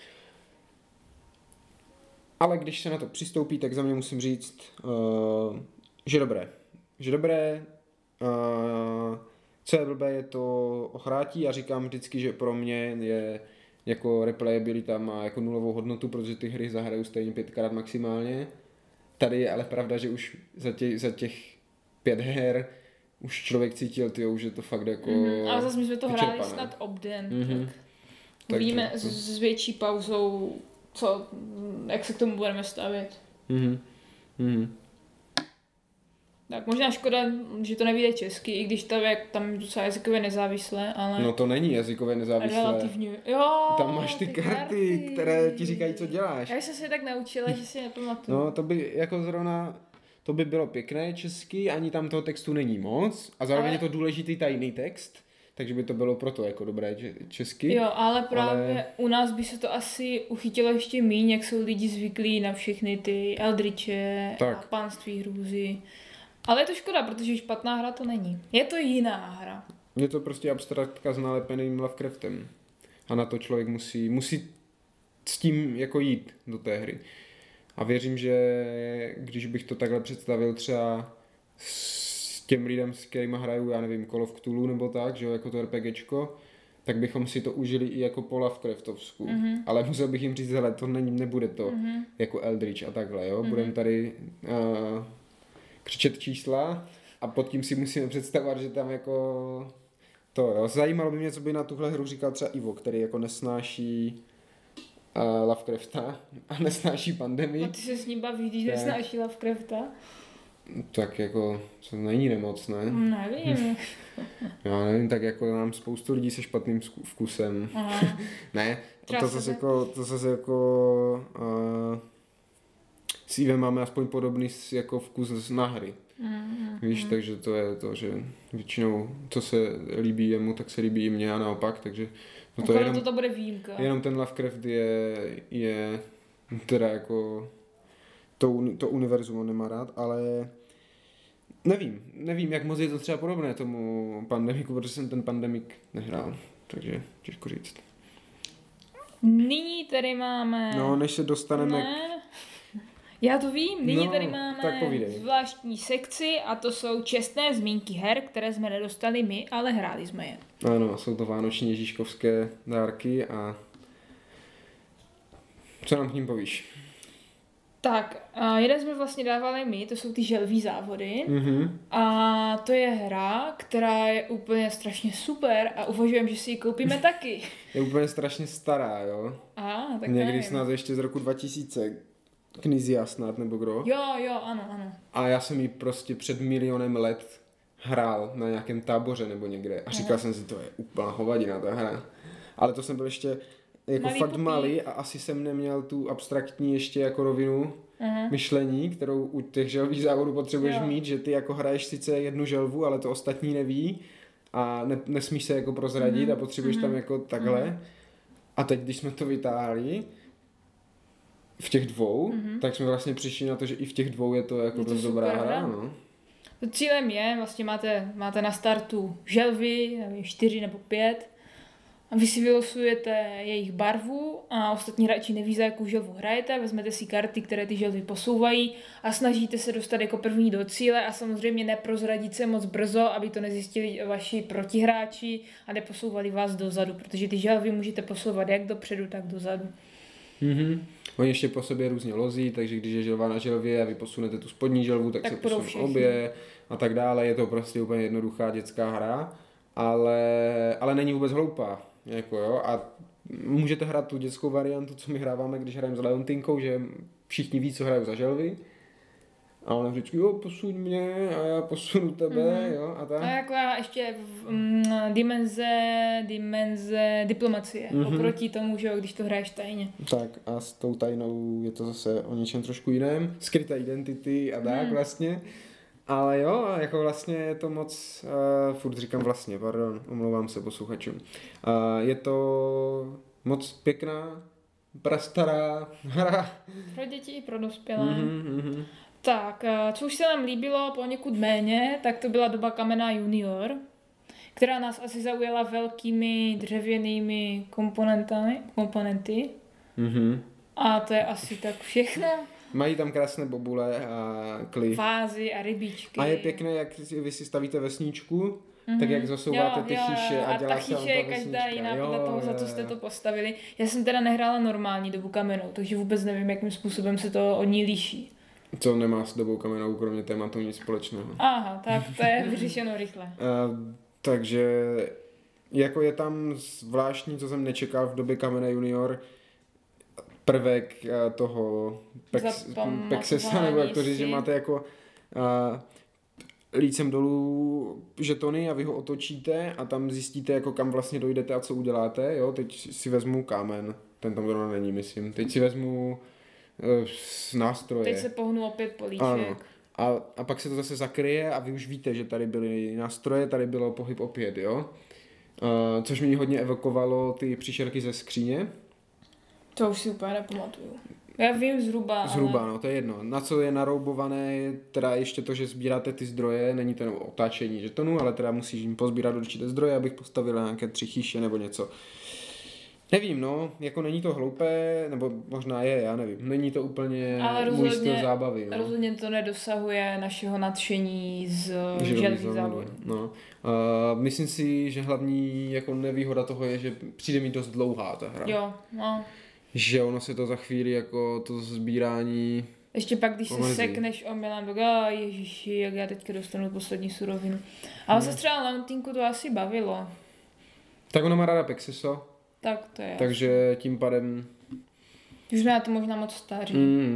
Ale když se na to přistoupí, tak za mě musím říct, že dobré. Že dobré, co je blbé, je to ochrátí a říkám vždycky, že pro mě je jako replayabilita má jako nulovou hodnotu, protože ty hry zahraju stejně 5krát maximálně. Tady je ale pravda, že už za těch 5 her už člověk cítil, že to fakt jako ale zase my jsme to hráli snad obden, tak uvidíme s větší pauzou, jak se k tomu budeme stavět. Tak možná škoda, že to nevíde česky, i když to je tam docela jazykově nezávislé, ale... No to není jazykově nezávislé. Relativně, jo. Tam máš ty karty, které ti říkají, co děláš. Já jsem se tak naučila, že si nepamatuju. No to by jako zrovna, to by bylo pěkné česky, ani tam toho textu není moc a zároveň je to důležitý tajný text, takže by to bylo proto jako dobré česky. Jo, ale právě u nás by se to asi uchytilo ještě míň, jak jsou lidi zvyklí na všechny ty Eldritche a Panství hrůzy. Ale je to škoda, protože špatná hra to není. Je to jiná hra. Je to prostě abstraktka s nalepeným Lovecraftem. A na to člověk musí s tím jako jít do té hry. A věřím, že když bych to takhle představil třeba s těm lidem, s kterýma hraju, já nevím, Call of Cthulhu nebo tak, že jo, jako to RPGčko, tak bychom si to užili i jako po Lovecraftovsku. Ale musel bych jim říct, hele, to nebude to jako Eldritch a takhle, jo. Budeme tady křičet čísla a pod tím si musíme představovat, že tam jako to, jo. Zajímalo by mě, co by na tuhle hru říkal třeba Ivo, který jako nesnáší Lovecrafta a nesnáší pandemii. A ty se s ním bavíš, když nesnáší Lovecrafta? Tak jako, co není nemoc, ne? Nevím. Já nevím, tak jako nám spoustu lidí se špatným vkusem. Ne, to zase jako s Ivem máme aspoň podobný jako vkus na hry. Víš, takže to je to, že většinou, co se líbí jemu, tak se líbí i mně a naopak, takže to je jenom, to bude výjimka. Jenom ten Lovecraft je teda jako to univerzum on nemá rád, ale nevím, jak moc je to třeba podobné tomu Pandemiku, protože jsem ten Pandemik nehrál, takže těžko říct. Nyní tady máme... No, než se dostaneme Já to vím, nyní tady máme tak zvláštní sekci a to jsou čestné zmínky her, které jsme nedostali my, ale hráli jsme je. Ano, jsou to vánoční ježíškovské dárky a co nám k ním povíš? Tak, jeden jsme vlastně dávali my, to jsou ty želví závody. Mm-hmm. A to je hra, která je úplně strašně super a uvažujem, že si ji koupíme taky. Je úplně strašně stará, jo? Tak Někdy nevím. snad ještě z roku 2000. Knizia snad, nebo kdo? Jo, ano. A já jsem ji prostě před milionem let hrál na nějakém táboře nebo někde. A říkal jsem si, to je úplná hovadina ta hra. Ale to jsem byl ještě jako Malý fakt pupík. malý a asi jsem neměl tu abstraktní ještě jako rovinu myšlení, kterou u těch želvých závodů potřebuješ mít, že ty jako hraješ sice jednu želvu, ale to ostatní neví a nesmíš se jako prozradit a potřebuješ tam jako takhle. A teď, když jsme to vytáhli v těch dvou, tak jsme vlastně přišli na to, že i v těch dvou je to jako dost dobrá hra, no. To cílem je, vlastně máte na startu želvy, nevím, 4 nebo 5, a vy si vylosujete jejich barvu a ostatní hráči neví, za jakou želvu hrajete, vezmete si karty, které ty želvy posouvají a snažíte se dostat jako první do cíle a samozřejmě neprozradit se moc brzo, aby to nezjistili vaši protihráči a neposouvali vás dozadu, protože ty želvy můžete posouvat jak dopředu, tak dozadu. Oni ještě po sobě různě lozí, takže když je želva na želvě a vy posunete tu spodní želvu, tak se posunou obě a tak dále. Je to prostě úplně jednoduchá dětská hra, ale není vůbec hloupá. Jako jo, a můžete hrát tu dětskou variantu, co my hráváme, když hrajeme s Leontinkou, že všichni ví, co hrajou za želvy. A ona vždycky, posuň mě a já posunu tebe, jo, a tak. A jako ještě dimenze diplomacie, oproti tomu, že když to hraješ tajně. Tak a s tou tajnou je to zase o něčem trošku jiném, skryté identity a tak vlastně. Ale jo, jako vlastně je to moc, furt říkám vlastně, pardon, omlouvám se posluchačům. Je to moc pěkná, prastará hra. Pro děti i pro dospělé. Tak, co už se nám líbilo poněkud méně, tak to byla doba Kamenná junior, která nás asi zaujala velkými dřevěnými komponenty. A to je asi tak všechno. Mají tam krásné bobule a klif. Vázy a rybíčky. A je pěkné, jak vy si stavíte vesničku, tak jak zasouváte ty chýše a dělá se ta chýše je každá jiná podle toho, za co jste to postavili. Já jsem teda nehrála normální dobu kamennou, takže vůbec nevím, jakým způsobem se to od ní liší. Co nemá s dobou kamennou, kromě tématu nic společného. Aha, tak to je vyřešeno rychle. Takže jako je tam zvláštní, co jsem nečekal v době Kamenné junior, prvek toho Pexesa, nebo jak to říct, že máte jako lícem dolů žetony a vy ho otočíte a tam zjistíte, jako kam vlastně dojdete a co uděláte, jo, teď si vezmu kámen, ten tam zrovna není, myslím, teď si vezmu nástroje. Teď se pohnu opět políček. Ano. A pak se to zase zakryje a vy už víte, že tady byly nástroje, tady bylo pohyb opět, jo. Což mi hodně evokovalo ty příšerky ze skříně. To už si úplně nepamatuju. Já vím zhruba, ale... no to je jedno. Na co je naroubované je teda ještě to, že sbíráte ty zdroje, není to otáčení žetonů, ale teda musíš jim pozbírat určité zdroje, abych postavil nějaké 3 chýše nebo něco. Nevím, no, jako není to hloupé, nebo možná je, já nevím. Není to úplně můj styl zábavy. No. Rozhodně to nedosahuje našeho nadšení z želvých závodů. No. Myslím si, že hlavní jako nevýhoda toho je, že přijde mi dost dlouhá ta hra. Jo, no. Že ono se to za chvíli jako to sbírání... Ještě pak, když se sekneš omylem, tak ježiši, jak já teďka dostanu poslední surovinu. Ale se třeba Leontinku to asi bavilo. Tak ona má ráda Pexeso. Tak to je. Takže tím pádem... Už jsme na to možná moc staří.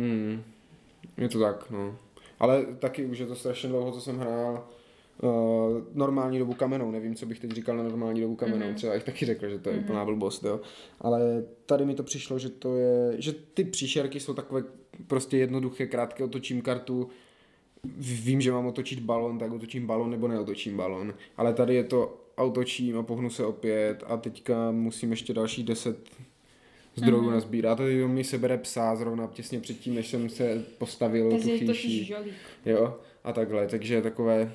Je to tak, no. Ale taky už je to strašně dlouho, co jsem hrál normální dobu kamennou. Nevím, co bych teď říkal na normální dobu kamennou. Třeba bych taky řekl, že to je úplná blbost, jo. Ale tady mi to přišlo, že to je... Že ty příšerky jsou takové prostě jednoduché, krátké, otočím kartu. Vím, že mám otočit balon, tak otočím balon nebo neotočím balon. Ale tady je to otočím a pohnu se opět a teďka musím ještě další 10 zdrojů nazbírat. A teď mi sebere psa zrovna těsně předtím, než jsem se postavil tu chýši. Jo, a takhle, takže takové...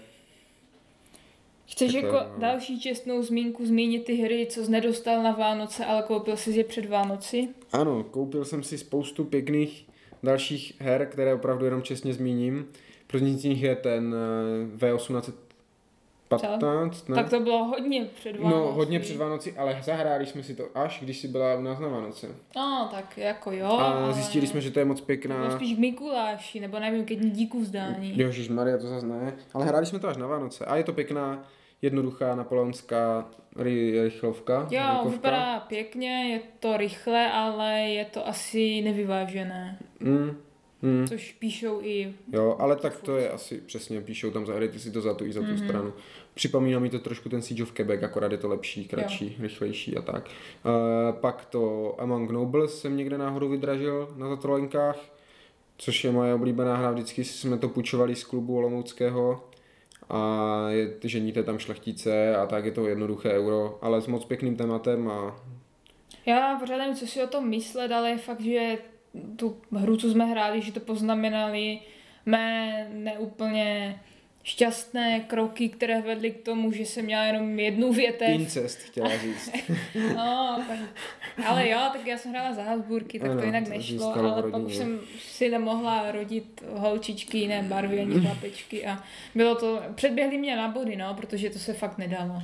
Chceš takhle, jako další čestnou zmínku zmínit ty hry, co jsi nedostal na Vánoce, ale koupil jsi je před Vánoci? Ano, koupil jsem si spoustu pěkných dalších her, které opravdu jenom čestně zmíním. První z nich je ten V18 15, ne? Tak to bylo hodně před Vánoci. No, hodně před Vánoci, ale zahráli jsme si to až, když jsi byla u nás na Vánoce. No, tak jako jo. A zjistili jsme, že to je moc To pěkná. bylo spíš k Mikuláši, nebo nevím, ke dní díků vzdání. Ježišmarja, to zase ne. Ale hráli jsme to až na Vánoce. A je to pěkná, jednoduchá napoleonská rychlovka. Jo, rychovka. vypadá pěkně, je to rychle, ale je to asi nevyvážené. Což píšou i... Jo, ale tak to je asi přesně, píšou tam, zahrajte si to za tu i za tu stranu. Připomíná mi to trošku ten Siege of Quebec, akorát je to lepší, kratší, rychlejší a tak. Pak to Among Nobles jsem někde náhodou vydražil na zatrolenkách, což je moje oblíbená hra, vždycky jsme to půjčovali z klubu olomouckého a ženíte tam šlechtice a tak, je to jednoduché euro, ale s moc pěkným tématem a... Já pořád nevím, co si o tom myslet, ale je fakt, že tu hru, co jsme hráli, že to poznamenali mé neúplně šťastné kroky, které vedly k tomu, že jsem měla jenom jednu větev. Incest, chtěla říct. No, tak, ale jo, tak já jsem hrála za Habsburky, tak to jinak nešlo, ale pak už jsem si nemohla rodit holčičky jiné barvy ani chlapečky a bylo to, předběhli mě na body, no, protože to se fakt nedalo.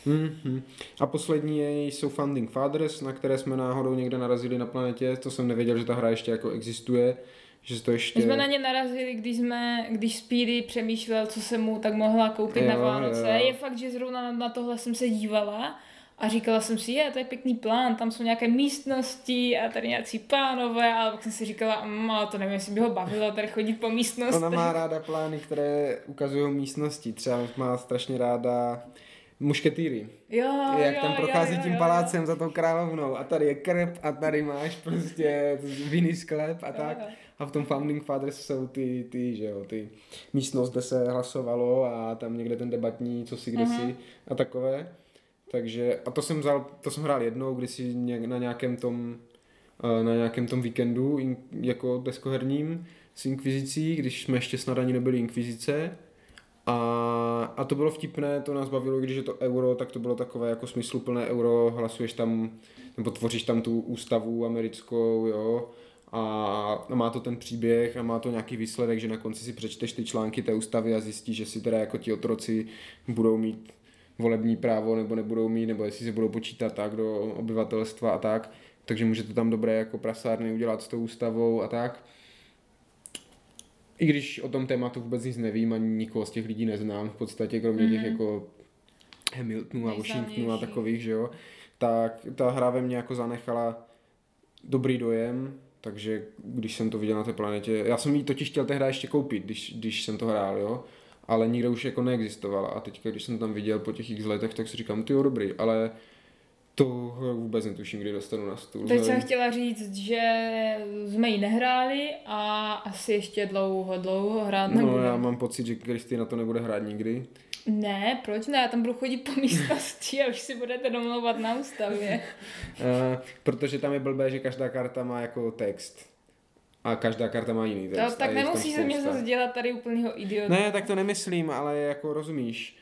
A poslední jsou Founding Fathers, na které jsme náhodou někde narazili na planetě, to jsem nevěděl, že ta hra ještě jako existuje, že to ještě... My jsme na ně narazili, když Speedy přemýšlel, co se mu tak mohla koupit na Vánoce. Je fakt, že zrovna na tohle jsem se dívala a říkala jsem si, to je pěkný plán, tam jsou nějaké místnosti a tady nějací pánové, ale pak jsem si říkala, ale to nevím, jestli by ho bavilo tady chodit po místnosti. Ona má ráda plány, které ukazují místnosti, třeba má strašně ráda mušketýry. Jak tam prochází tím palácem za tou královnou a tady je krb a tady máš prostě vinný sklep a tak. A v tom Founding Fathers jsou ty místnost, kde se hlasovalo a tam někde ten debatní, co si kdesi a takové. Takže, a to jsem hrál jednou, kdysi na nějakém tom víkendu jako deskoherním s inkvizicí, když jsme ještě snad ani nebyli inkvizice. A to bylo vtipné, to nás bavilo, když je to euro, tak to bylo takové jako smysluplné euro, hlasuješ tam, nebo tvoříš tam tu ústavu americkou, jo, a má to ten příběh a má to nějaký výsledek, že na konci si přečteš ty články té ústavy a zjistíš, že si teda jako ti otroci budou mít volební právo nebo nebudou mít, nebo jestli se budou počítat tak do obyvatelstva a tak, takže můžete tam dobré jako prasárny udělat s tou ústavou a tak. I když o tom tématu vůbec nic nevím, ani nikoho z těch lidí neznám, v podstatě kromě těch jako Hamiltonů a Washingtonů a takových, že jo, tak ta hra ve mně jako zanechala dobrý dojem, takže když jsem to viděl na té planetě, já jsem ji totiž chtěl tehdy ještě koupit, když jsem to hrál, jo, ale nikde už jako neexistovala a teďka, když jsem tam viděl po těch x letech, tak si říkám, ty jo, dobrý, ale to vůbec netuším, kdy dostanu na stůl. Teď jsem chtěla říct, že jsme ji nehráli a asi ještě dlouho hrát nebudeme. No já mám pocit, že Kristýna to nebude hrát nikdy. Ne, proč ne? Já tam budu chodit po místnosti a už si budete domlouvat na ústavě. Protože tam je blbé, že každá karta má jako text. A každá karta má jiný text. Tak nemusíš se mě zase dělat tady úplnýho idiota. Ne, tak to nemyslím, ale jako rozumíš.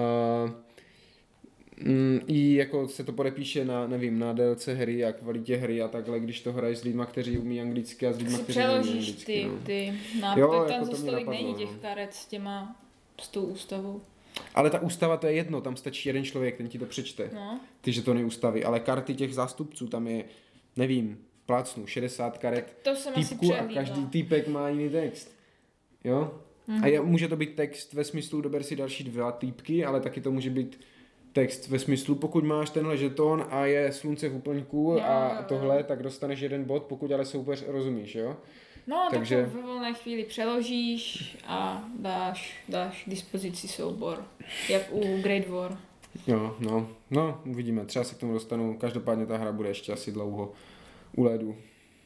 I jako se to podepíše na délce hry a kvalitě hry a takhle, když to hraješ s lidma, kteří umí anglicky a s lidma, kteří umí anglicky. Ty nápady, tam za stolik není těch karet s tou ústavou. Ale ta ústava, to je jedno, tam stačí jeden člověk, ten ti to přečte. Ty žetony ústavy, ale karty těch zástupců, tam je, nevím, plácnu, 60 karet týpků a každý týpek má jiný text. Jo? A může to být text ve smyslu dober si další 2 týpky, ale taky to může být text ve smyslu, pokud máš tenhle žeton a je slunce v úplňku a tohle, tak dostaneš 1 bod, pokud ale soupeř rozumíš, jo? No, takže tak ve volné chvíli přeložíš a dáš k dispozici soubor, jak u Great War. Jo, no, uvidíme, třeba se k tomu dostanu, každopádně ta hra bude ještě asi dlouho u ledu.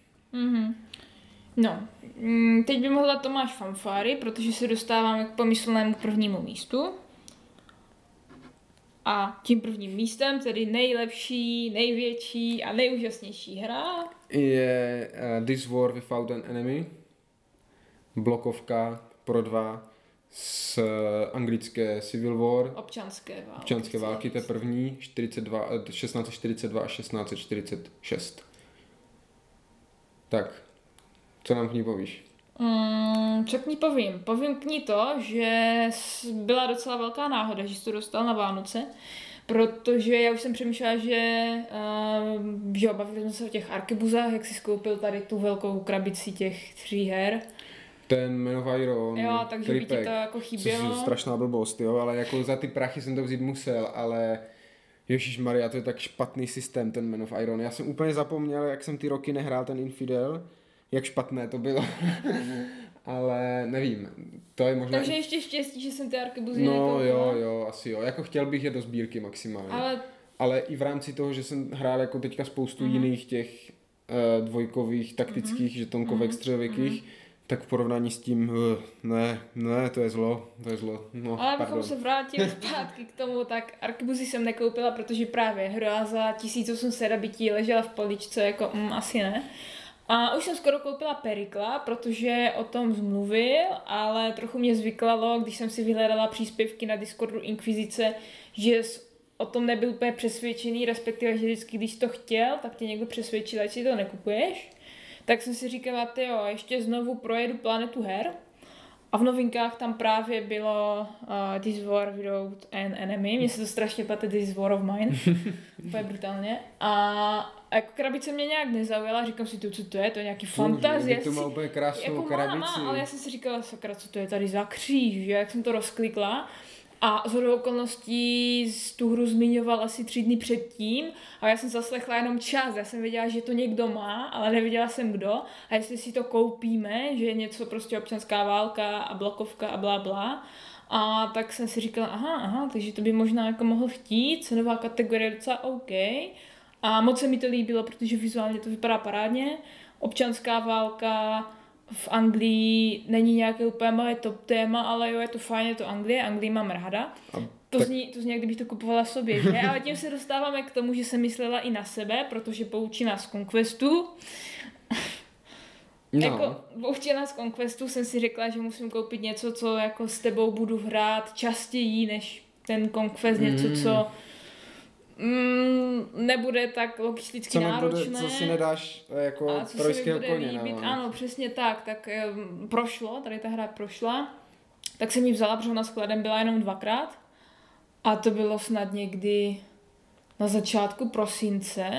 No, teď by mohla Tomáš fanfáry, protože se dostáváme k pomyslnému prvnímu místu. A tím prvním místem, tedy nejlepší, největší a nejúžasnější hra, je This War Without an Enemy, blokovka pro 2 z anglické Civil War. Občanské války, to je první, 1642 a 1646. Tak, co nám k ní povíš? Co k ní povím? Povím k ní to, že byla docela velká náhoda, že jsi to dostal na Vánoce, protože já už jsem přemýšlela, že bavili jsme se o těch arkebuzách, jak jsi skoupil tady tu velkou krabici těch 3 her. Ten Man of Iron, jo, takže by ti to jako chybělo. Což je strašná blbost, jo, ale jako za ty prachy jsem to vzít musel, ale ježišmarja, to je tak špatný systém, ten Man of Iron. Já jsem úplně zapomněl, jak jsem ty roky nehrál ten Infidel, jak špatné to bylo. Ale nevím, to je možná... Takže ještě štěstí, že jsem ty arkebuzy nekoupila. Jo, asi jo. Jako chtěl bych je do sbírky maximálně. Ale i v rámci toho, že jsem hrál jako teďka spoustu jiných těch dvojkových, taktických, žetonkovek, střelvěkých, tak v porovnání s tím, ne, to je zlo. No, ale abychom se vrátili zpátky k tomu, tak arkebuzy jsem nekoupila, protože právě hra za 1800 by ti ležela v poličce, jako asi ne. A už jsem skoro koupila Perikla, protože o tom zmluvil, ale trochu mě zvyklalo, když jsem si vyhledala příspěvky na Discordu Inkvizice, že o tom nebyl úplně přesvědčený, respektive, že vždycky, když to chtěl, tak tě někdo přesvědčil, ať si to nekupuješ. Tak jsem si říkala, tyjo, ještě znovu projedu planetu her. A v novinkách tam právě bylo This War Without an Enemy. Mně se to strašně plete This War of Mine. Úplně brutálně. A jako krabice mě nějak nezaujala. Říkám si, co to je? To je nějaký fantazie. To má úplně krásnou jako krabici. Má, ale já jsem si říkala, sakra, co to je tady za kříž, že? Jak jsem to rozklikla. A shodou okolností tu hru zmiňoval asi 3 dny předtím a já jsem zaslechla jenom čas. Já jsem věděla, že to někdo má, ale nevěděla jsem kdo. A jestli si to koupíme, že je něco prostě občanská válka a blokovka a blá. A tak jsem si říkala, aha, takže to by možná jako mohl chtít. Cenová kategorie je docela OK. A moc se mi to líbilo, protože vizuálně to vypadá parádně. Občanská válka v Anglii není nějaké úplně moje top téma, ale jo, je to fajn, je to Anglii mám ráda. To zní, jak kdybych to kupovala sobě, že? Ale tím se dostáváme k tomu, že jsem myslela i na sebe, protože poučí nás Conquestu. No. Jako poučí nás Conquestu jsem si řekla, že musím koupit něco, co jako s tebou budu hrát častěji, než ten Conquest, něco, co nebude tak logisticky náročné. Co si nedáš jako trojského koně. Ano, přesně tak prošlo, tady ta hra prošla, tak jsem ji vzala, protože ona skladem byla jenom 2krát a to bylo snad někdy na začátku prosince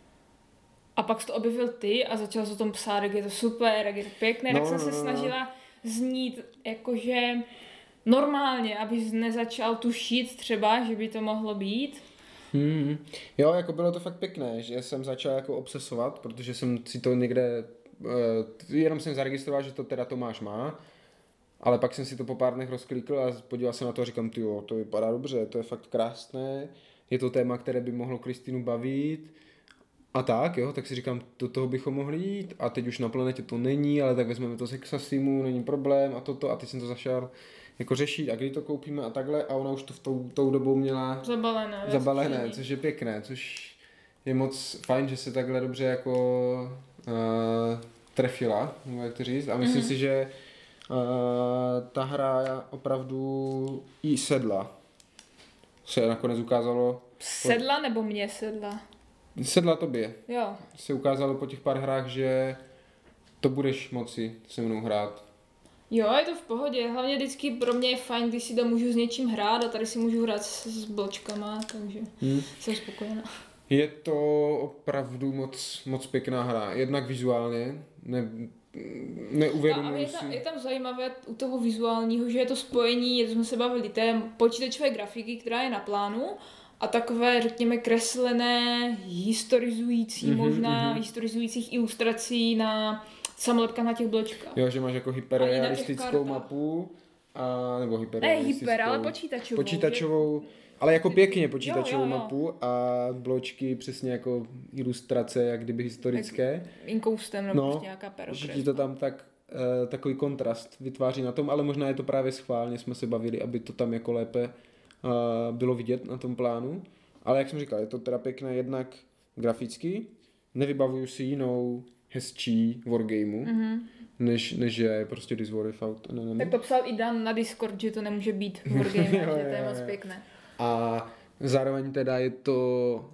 a pak jsi to objevil ty a začal jsi o tom psát, jak je to super, jak je to pěkné, tak jsem se snažila znít jakože normálně, abys nezačal tušit třeba, že by to mohlo být. Jo, jako bylo to fakt pěkné, že jsem začal jako obsesovat, protože jsem si to někde, jenom jsem zaregistroval, že to teda Tomáš má, ale pak jsem si to po pár dnech rozklikl a podíval se na to a říkám, tyjo, to vypadá dobře, to je fakt krásné, je to téma, které by mohlo Kristýnu bavit a tak, jo, tak si říkám, do toho bychom mohli jít a teď už na planetě to není, ale tak vezmeme to z Hexasimu, není problém a toto a teď jsem to zašel jako řešit a kdy to koupíme a takhle a ona už to tou dobou měla zabalené, což je pěkné, což je moc fajn, že se takhle dobře jako trefila, jak to říct a myslím si, že ta hra opravdu jí sedla. Se nakonec ukázalo... Sedla nebo mě sedla? Sedla tobě. Jo. Se ukázalo po těch pár hrách, že to budeš moci se mnou hrát. Jo, je to v pohodě. Hlavně vždycky pro mě je fajn, když si to můžu s něčím hrát a tady si můžu hrát s bločkama, takže jsem spokojená. Je to opravdu moc pěkná hra. Jednak vizuálně, neuvědomuji si. Je tam zajímavé u toho vizuálního, že je to spojení, jak jsme se bavili, té počítačové grafiky, která je na plánu, a takové, řekněme, kreslené, historizujících ilustrací na samolepkách na těch bločkách. Jo, že máš jako hyperrealistickou mapu, nebo hyperrealistickou. Ne hyper, ale počítačovou, ale jako pěkně počítačovou mapu a bločky přesně jako ilustrace, jak kdyby historické. Inkoustem nebo prostě nějaká perokresba. Že ti to tam takový kontrast vytváří na tom, ale možná je to právě schválně, jsme se bavili, aby to tam jako lépe bylo vidět na tom plánu. Ale jak jsem říkal, je to teda pěkné jednak graficky, nevybavuju si jinou hezčí wargameu, než je prostě This War Without an Enemy. Tak to psal i Dan na Discord, že to nemůže být wargame, že to je moc pěkné. A zároveň teda je to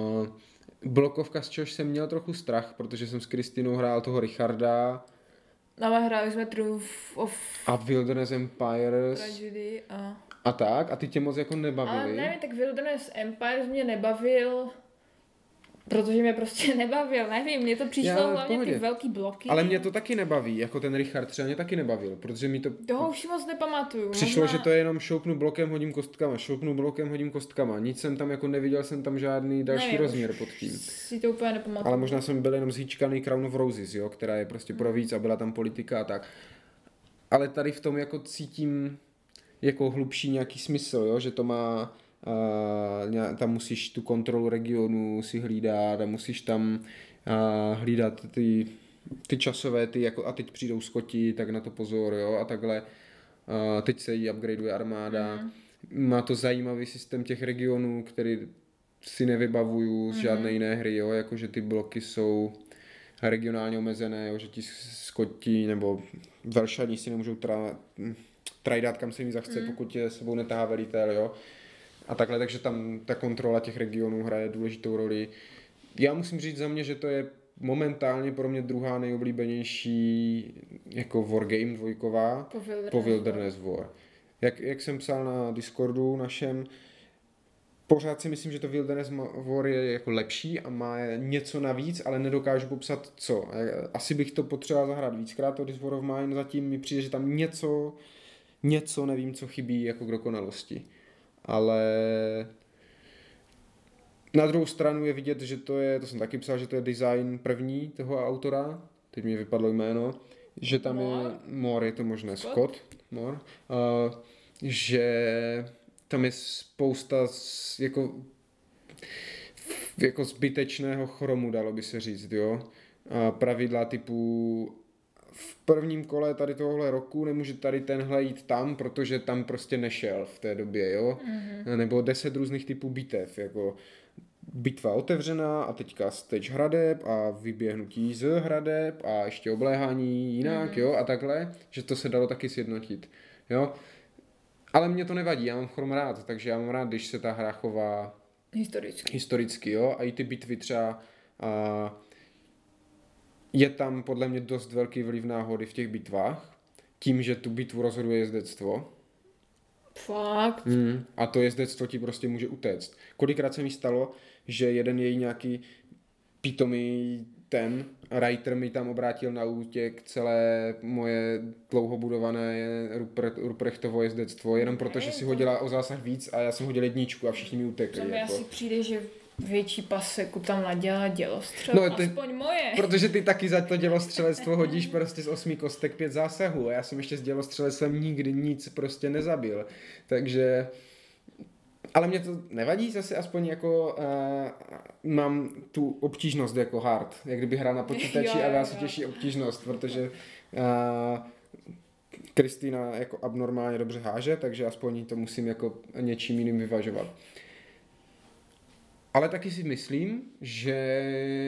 blokovka, z čehož jsem měl trochu strach, protože jsem s Kristinou hrál toho Richarda No, hráli jsme Triumph of A Wilderness Empires Tragedy a tak, a ty tě moc jako nebavili. Ale nevím, tak Wilderness Empires mě nebavil, protože mě prostě nebavil, nevím, mně to přišlo hlavně ty velký bloky. Ale mě to taky nebaví, jako ten Richard třeba mě taky nebavil, protože mi to... Toho už moc nepamatuju. Přišlo, možná... že to je jenom šoupnu blokem, hodím kostkama, nic jsem tam jako neviděl, jsem tam žádný další rozměr pod tím. Si to úplně nepamatuju. Ale možná jsem byl jenom zhýčkaný Crown of Roses, jo, která je prostě pro víc a byla tam politika a tak. Ale tady v tom jako cítím jako hlubší nějaký smysl, jo, že to má... tam musíš tu kontrolu regionu si hlídat a musíš tam hlídat ty časové, jako, a teď přijdou Skoti, tak na to pozor, jo, a takhle. Teď se jí upgradeuje armáda. Má to zajímavý systém těch regionů, který si nevybavuju z žádné jiné hry, jo, jakože ty bloky jsou regionálně omezené, jo, že ti Skoti nebo Velšani si nemůžou trajdat, kam se jim zachce, pokud je sebou netahá velitel, jo. A takhle, takže tam ta kontrola těch regionů hraje důležitou roli. Já musím říct za mě, že to je momentálně pro mě druhá nejoblíbenější jako wargame dvojková po Wilderness War. Jak jsem psal na Discordu našem, pořád si myslím, že to Wilderness War je jako lepší a má něco navíc, ale nedokážu popsat co. Asi bych to potřeboval zahrát víckrát, to This War of Mine, zatím mi přijde, že tam něco nevím, co chybí jako k dokonalosti. Ale na druhou stranu je vidět, že to jsem taky psal, že to je design první toho autora, teď mi vypadlo jméno, že tam je Moore, je to možné, Scott Moore, že tam je spousta jako zbytečného chromu, dalo by se říct, jo. Pravidla typu v prvním kole tady tohohle roku nemůže tady tenhle jít tam, protože tam prostě nešel v té době, jo. Nebo 10 různých typů bitev, jako bitva otevřená a teďka stage hradeb a vyběhnutí z hradeb a ještě obléhání jinak, jo, a takhle, že to se dalo taky sjednotit, jo. Ale mě to nevadí, já mám chrom rád, takže já mám rád, když se ta hra chová historicky, jo, a i ty bitvy třeba je tam podle mě dost velký vliv náhody v těch bitvách, tím, že tu bitvu rozhoduje jezdectvo. Fakt? A to jezdectvo ti prostě může utéct. Kolikrát se mi stalo, že jeden její nějaký pitomý writer mi tam obrátil na útěk celé moje dlouho budované Ruprechtovo jezdectvo, jenom proto, že si hodila o zásah víc a já jsem hodil 1 a všichni mi utekli. To mi asi přijde, že větší paseku tam nadělá dělostřel, aspoň moje. Protože ty taky za to dělostřelectvo hodíš prostě z 8 kostek 5 zásahů a já jsem ještě s dělostřelectvem nikdy nic prostě nezabil. Takže... Ale mě to nevadí zase, aspoň jako mám tu obtížnost jako hard, jak kdyby hrál na počítači a dá se těžší obtížnost, protože Kristýna jako abnormálně dobře háže, takže aspoň to musím jako něčím jiným vyvažovat. Ale taky si myslím, že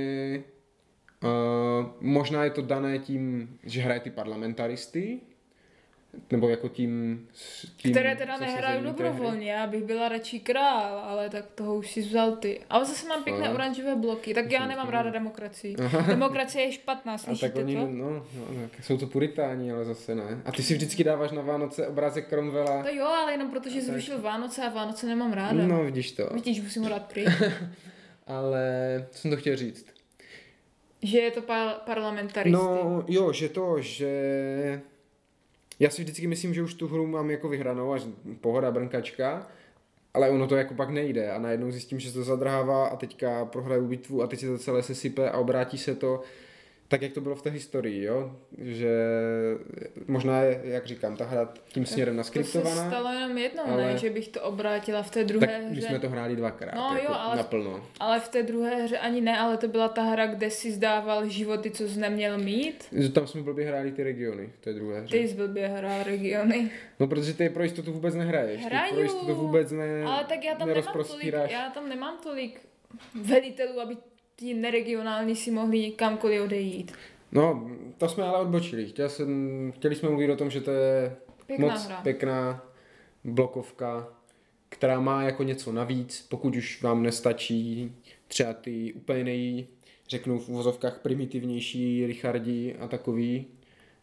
možná je to dané tím, že hraje ty parlamentaristy, nebo jako tím které teda nehraju dobrovolně, já bych byla radši král, ale tak toho už si vzal ty. Ale zase mám pěkné oranžové bloky, tak já nemám ráda demokracii. Demokracie je špatná, slyšíte to? No, jsou to puritáni, ale zase ne. A ty si vždycky dáváš na Vánoce obrázek Cromwella. To jo, ale jenom protože zrušil Vánoce a Vánoce nemám ráda. No, vidíš to. Vidíš, musím ho dát pryč. Ale co jsem to chtěl říct? Že je to parlamentaristy. No, jo, že já si vždycky myslím, že už tu hru mám jako vyhranou a pohoda brnkačka, ale ono to jako pak nejde a najednou zjistím, že se to zadrhává a teďka prohraju bitvu a teď se to celé sesype a obrátí se to tak, jak to bylo v té historii, jo? Že možná je, jak říkám, ta hra tím směrem naskriptovaná. To se stalo jenom jednou, ale... ne? Že bych to obrátila v té druhé hře. Tak my jsme to hráli 2krát, no, jako jo, ale naplno. Ale v té druhé hře ani ne, ale to byla ta hra, kde si zdával životy, co jsi neměl mít. Tam jsme blbě hráli ty regiony v té druhé hře. Ty jsi blbě hrál regiony. No, protože ty pro jistotu vůbec nehraješ. Hraju, ty pro jistotu vůbec ale tak já tam nemám tolik velitelů, aby ti neregionální si mohli kamkoliv odejít. No, to jsme ale odbočili. Chtěli jsme mluvit o tom, že to je pěkná blokovka, která má jako něco navíc, pokud už vám nestačí třeba ty úplně řeknu v uvozovkách primitivnější Richardi a takový,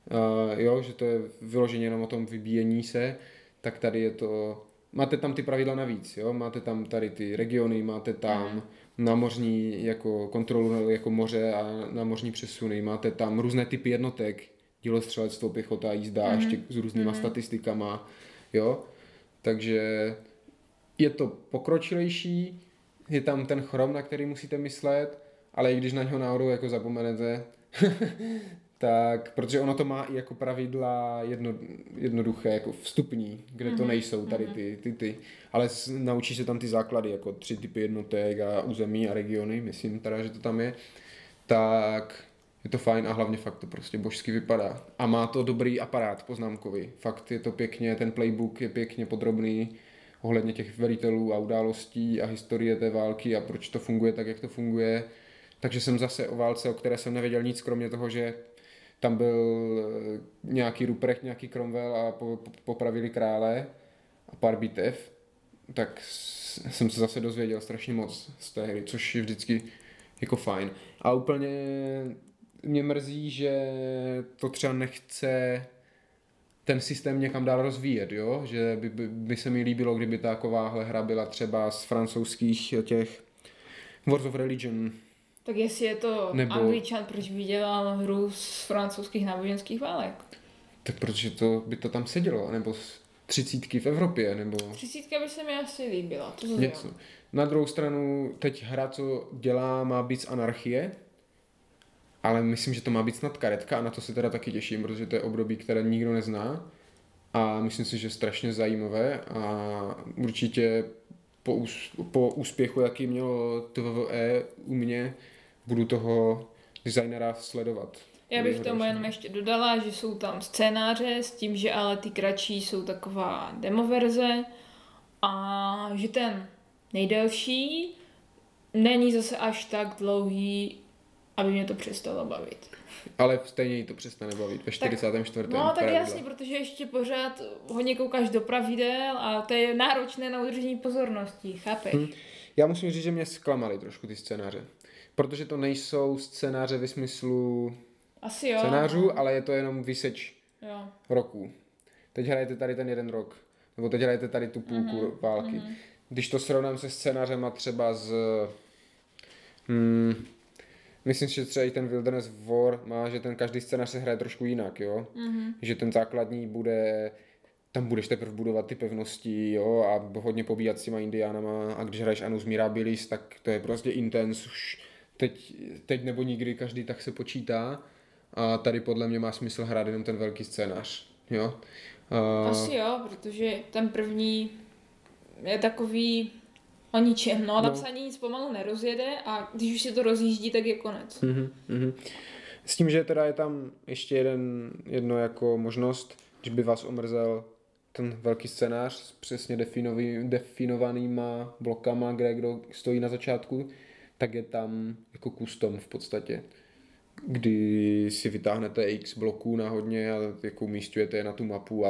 jo, že to je vyloženě jenom o tom vybíjení se, tak tady je to, máte tam ty pravidla navíc, jo, máte tam tady ty regiony, máte tam námořní jako kontrolu jako moře a námořní přesuny, máte tam různé typy jednotek, dělostřelectvo, pěchota, jízda, ještě s různýma statistikama, jo, takže je to pokročilejší, je tam ten chrom, na který musíte myslet, ale i když na něho náhodou jako zapomenete, tak, protože ono to má i jako pravidla jednoduché, jako vstupní, kde to nejsou tady ty. Ale naučí se tam ty základy, jako 3 typy jednotek a území a regiony, myslím teda, že to tam je, tak je to fajn a hlavně fakt to prostě božsky vypadá. A má to dobrý aparát poznámkový, fakt je to pěkně, ten playbook je pěkně podrobný ohledně těch velitelů a událostí a historie té války a proč to funguje tak, jak to funguje. Takže jsem zase o válce, o které jsem nevěděl nic, kromě toho, že tam byl nějaký Ruprecht, nějaký Cromwell a popravili krále a pár bitev, tak jsem se zase dozvěděl strašně moc z té hry, což je vždycky jako fajn. A úplně mě mrzí, že to třeba nechce ten systém někam dál rozvíjet, jo? Že by se mi líbilo, kdyby takováhle hra byla třeba z francouzských těch Wars of Religion. Tak jestli je to Angličan, proč by dělal hru z francouzských náboženských válek? Tak protože by to tam sedělo, nebo z 30 v Evropě, nebo... 30 by se mi asi líbila, to něco. Na druhou stranu, teď hra, co dělá, má být z Anarchie, ale myslím, že to má být snad karetka a na to se teda taky těším, protože to je období, které nikdo nezná a myslím si, že je strašně zajímavé a určitě po úspěchu, jaký mělo TVE u mě, budu toho designera sledovat. Já bych tomu jenom ještě dodala, že jsou tam scénáře s tím, že ale ty kratší jsou taková demoverze a že ten nejdelší není zase až tak dlouhý, aby mě to přestalo bavit. Ale stejně jí to přestane bavit ve 44. No tak jasně, protože ještě pořád hodně koukáš do pravidel a to je náročné na udržení pozornosti, chápeš? Já musím říct, že mě zklamaly trošku ty scénáře. Protože to nejsou scénáře ve smyslu asi jo, scénářů, ale je to jenom vyseč roků. Teď hrajete tady ten jeden rok, nebo teď hrajete tady tu půlku války. Když to srovnám se scénářema třeba myslím si, že třeba i ten Wilderness War má, že ten každý scénář se hraje trošku jinak, jo? Že ten základní tam budeš teprve budovat ty pevnosti, jo, a hodně pobíjat s těma indiánama a když hraješ Annus Mirabilis, tak to je prostě intense, už teď nebo nikdy každý tak se počítá a tady podle mě má smysl hrát jenom ten velký scénář, jo. Asi jo, protože ten první je takový o ničem, no, tam se ani nic pomalu nerozjede a když už se to rozjíždí, tak je konec. S tím, že teda je tam ještě jedno jako možnost, když by vás omrzel ten velký scénář s přesně definovanýma blokama, kde kdo stojí na začátku, tak je tam jako custom v podstatě, kdy si vytáhnete x bloků náhodně a jako umísťujete je na tu mapu a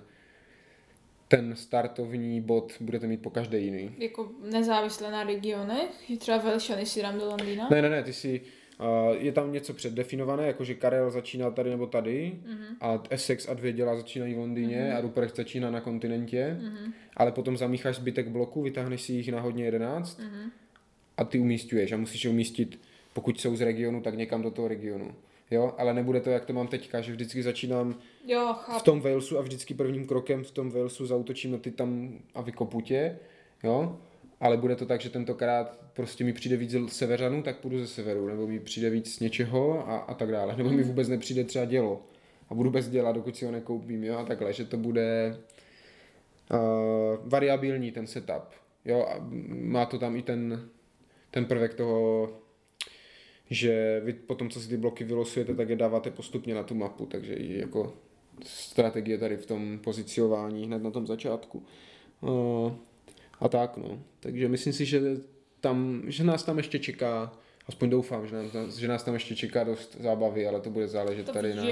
ten startovní bod budete mít po každé jiný. Jako nezávisle na regionech? Že třeba Velšany si dám do Londýna? Ne, ty si... je tam něco předdefinované, jakože Karel začínal tady nebo tady a Essex a 2 děla začínají v Londýně a Ruprecht začíná na kontinentě, ale potom zamícháš zbytek bloku, vytáhneš si jich náhodně 11 a ty umísťuješ a musíš je umístit, pokud jsou z regionu, tak někam do toho regionu. Jo, ale nebude to, jak to mám teďka, že vždycky začínám v tom Walesu a vždycky prvním krokem v tom Walesu zaútočím na ty tam a vykopu tě, jo, ale bude to tak, že tentokrát prostě mi přijde víc severanů, tak půjdu ze severu, nebo mi přijde víc něčeho a tak dále, nebo mi vůbec nepřijde třeba dělo a budu bez děla, dokud si ho nekoupím, jo, a takhle, že to bude variabilní ten setup, jo, a má to tam i ten prvek toho, že vy potom, co si ty bloky vylosujete, tak je dáváte postupně na tu mapu, takže i jako strategie tady v tom pozicionování hned na tom začátku. A tak, no. Takže myslím si, že nás tam ještě čeká, aspoň doufám, že nás tam ještě čeká dost zábavy, ale to bude záležet to tady na...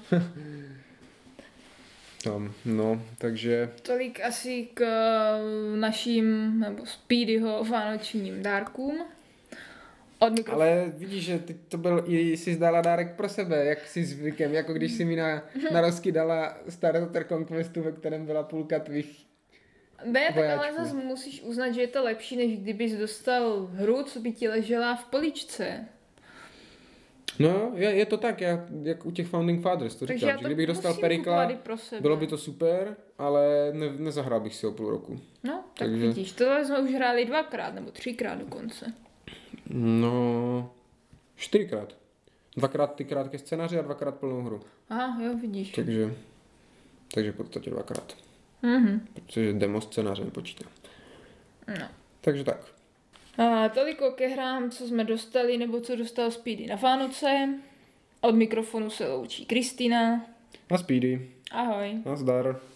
No, takže... Tolik asi k našim, nebo Speedyho vánočním dárkům. Od mikrofonu. Ale vidíš, že ty to byl, i jsi dala dárek pro sebe, jak si zvykem, jako když si mi na rozky dala Starter Conquestu, ve kterém byla půlka tvých Ne, tak ale vojáčků. zase musíš uznat, že je to lepší, než kdybys dostal hru, co by ti ležela v poličce. No, je to tak, jak u těch Founding Fathers, to Takže říkám, já že to kdybych dostal musím Perikla, kupovat i pro sebe. bylo by to super, ale nezahrál bych si ho půl roku. No, tak Takže- vidíš, tohle jsme už hráli 2krát, nebo 3krát dokonce. No, 4krát. 2krát ty krátké scénáře a 2krát plnou hru. Aha, jo, vidíš. Takže v podstatě 2krát. Mhm. Protože demo scénáře nepočítám. No. Takže tak. A toliko ke hrám, co jsme dostali, nebo co dostal Speedy na Vánoce. Od mikrofonu se loučí Kristýna. A Speedy. Ahoj. Nazdar.